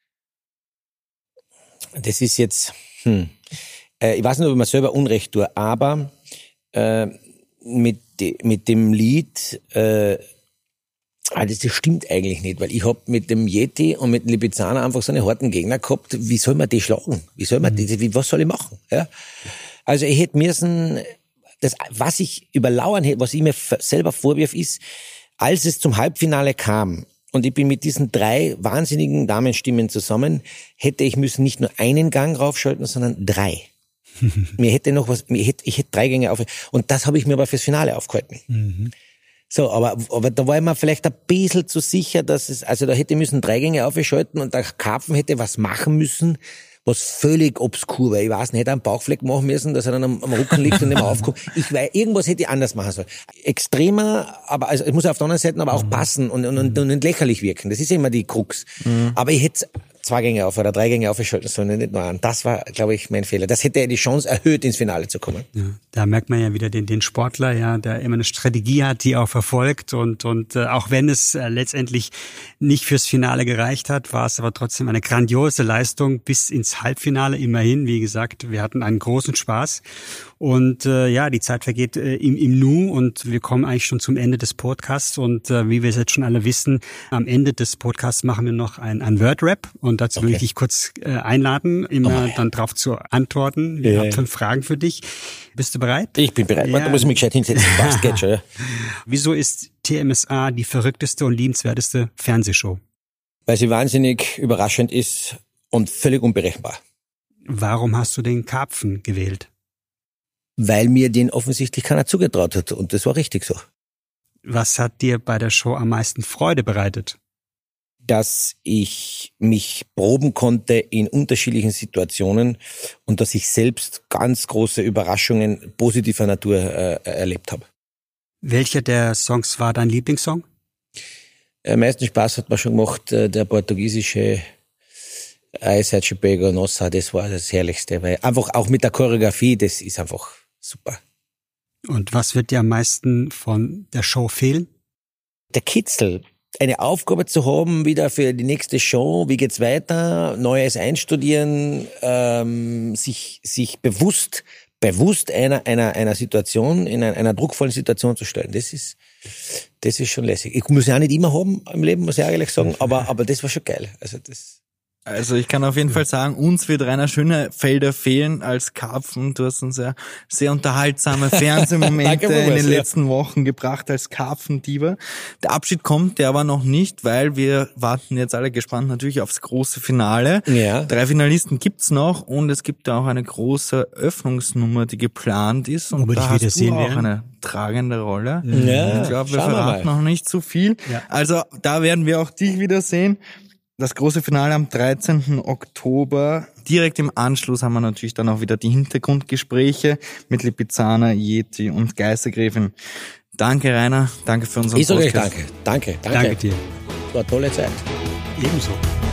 Speaker 1: Das ist jetzt, hm, äh, ich weiß nicht, ob ich mir selber Unrecht tue, aber äh, mit, de, mit dem Lied, äh, ah, das, das stimmt eigentlich nicht, weil ich hab mit dem Yeti und mit dem Lipizzaner einfach so einen harten Gegner gehabt, wie soll man die schlagen? Wie soll man die, wie, was soll ich machen? Ja? Also ich hätte müssen, das, was ich überlauern hätte, was ich mir selber vorwirf, ist, als es zum Halbfinale kam, und ich bin mit diesen drei wahnsinnigen Damenstimmen zusammen, hätte ich müssen nicht nur einen Gang raufschalten, sondern drei. mir hätte noch was, mir hätte, ich hätte drei Gänge auf, und das habe ich mir aber fürs Finale aufgehalten.
Speaker 3: Mhm.
Speaker 1: So, aber, aber da war ich mir vielleicht ein bisschen zu sicher, dass es, also da hätte ich müssen drei Gänge aufschalten und der Karpfen hätte was machen müssen, was völlig obskur war. Ich weiß nicht, hätte einen Bauchfleck machen müssen, dass er dann am, am Rücken liegt und nicht mehr aufkommt. Ich weiß, irgendwas hätte ich anders machen sollen. Extremer, aber also es muss auf der anderen Seite aber auch passen und, und, und, und nicht lächerlich wirken. Das ist immer die Krux. Mhm. Aber ich hätte zwei Gänge auf oder drei Gänge aufschalten sollen, nicht nur einen. Das war, glaube ich, mein Fehler. Das hätte die Chance erhöht, ins Finale zu kommen.
Speaker 3: Ja, da merkt man ja wieder den, den Sportler, ja, der immer eine Strategie hat, die auch verfolgt und und äh, auch wenn es äh, letztendlich nicht fürs Finale gereicht hat, war es aber trotzdem eine grandiose Leistung bis ins Halbfinale immerhin. Wie gesagt, wir hatten einen großen Spaß Und äh, ja, die Zeit vergeht äh, im, im Nu und wir kommen eigentlich schon zum Ende des Podcasts. Und äh, wie wir es jetzt schon alle wissen, am Ende des Podcasts machen wir noch ein, ein Word-Rap. Und dazu okay. will ich dich kurz äh, einladen, immer oh dann drauf zu antworten. Wir ja, haben ja. fünf Fragen für dich. Bist du bereit?
Speaker 1: Ich bin bereit. Ja. Da muss ich mich gescheit hinsetzen. Passt, geht schon, ja.
Speaker 3: Wieso ist T M S A die verrückteste und liebenswerteste Fernsehshow?
Speaker 1: Weil sie wahnsinnig überraschend ist und völlig unberechenbar.
Speaker 3: Warum hast du den Karpfen gewählt?
Speaker 1: Weil mir den offensichtlich keiner zugetraut hat und das war richtig so.
Speaker 3: Was hat dir bei der Show am meisten Freude bereitet?
Speaker 1: Dass ich mich proben konnte in unterschiedlichen Situationen und dass ich selbst ganz große Überraschungen positiver Natur äh, erlebt habe.
Speaker 3: Welcher der Songs war dein Lieblingssong?
Speaker 1: Am meisten Spaß hat mir schon gemacht, äh, der portugiesische Ai Sete Pego Nossa, das war das Herrlichste, weil einfach auch mit der Choreografie, das ist einfach super.
Speaker 3: Und was wird dir am meisten von der Show fehlen?
Speaker 1: Der Kitzel. Eine Aufgabe zu haben, wieder für die nächste Show, wie geht's weiter, Neues einstudieren, ähm, sich, sich bewusst, bewusst einer, einer, einer Situation, in einer, einer druckvollen Situation zu stellen. Das ist, das ist schon lässig. Ich muss ja auch nicht immer haben im Leben, muss ich ehrlich sagen, aber, aber das war schon geil. Also das,
Speaker 2: Also ich kann auf jeden Fall sagen, uns wird Rainer Schönefelder fehlen als Karpfen. Du hast uns ja sehr unterhaltsame Fernsehmomente in den letzten ja. Wochen gebracht als Karpfen-Diva. Der Abschied kommt, der aber noch nicht, weil wir warten jetzt alle gespannt natürlich aufs große Finale.
Speaker 1: Ja.
Speaker 2: Drei Finalisten gibt's noch und es gibt ja auch eine große Öffnungsnummer, die geplant ist. Und da hast du auch werden. eine tragende Rolle.
Speaker 1: Ja,
Speaker 2: ich glaube, wir verraten wir noch nicht zu viel. Ja. Also da werden wir auch dich wiedersehen. Das große Finale am dreizehnten Oktober. Direkt im Anschluss haben wir natürlich dann auch wieder die Hintergrundgespräche mit Lipizzaner, Yeti und Geistergräfin. Danke, Rainer. Danke für unseren
Speaker 1: Podcast.
Speaker 2: Ich sage euch
Speaker 1: danke. Danke. Danke.
Speaker 3: Danke dir.
Speaker 1: War eine tolle Zeit.
Speaker 3: Ebenso.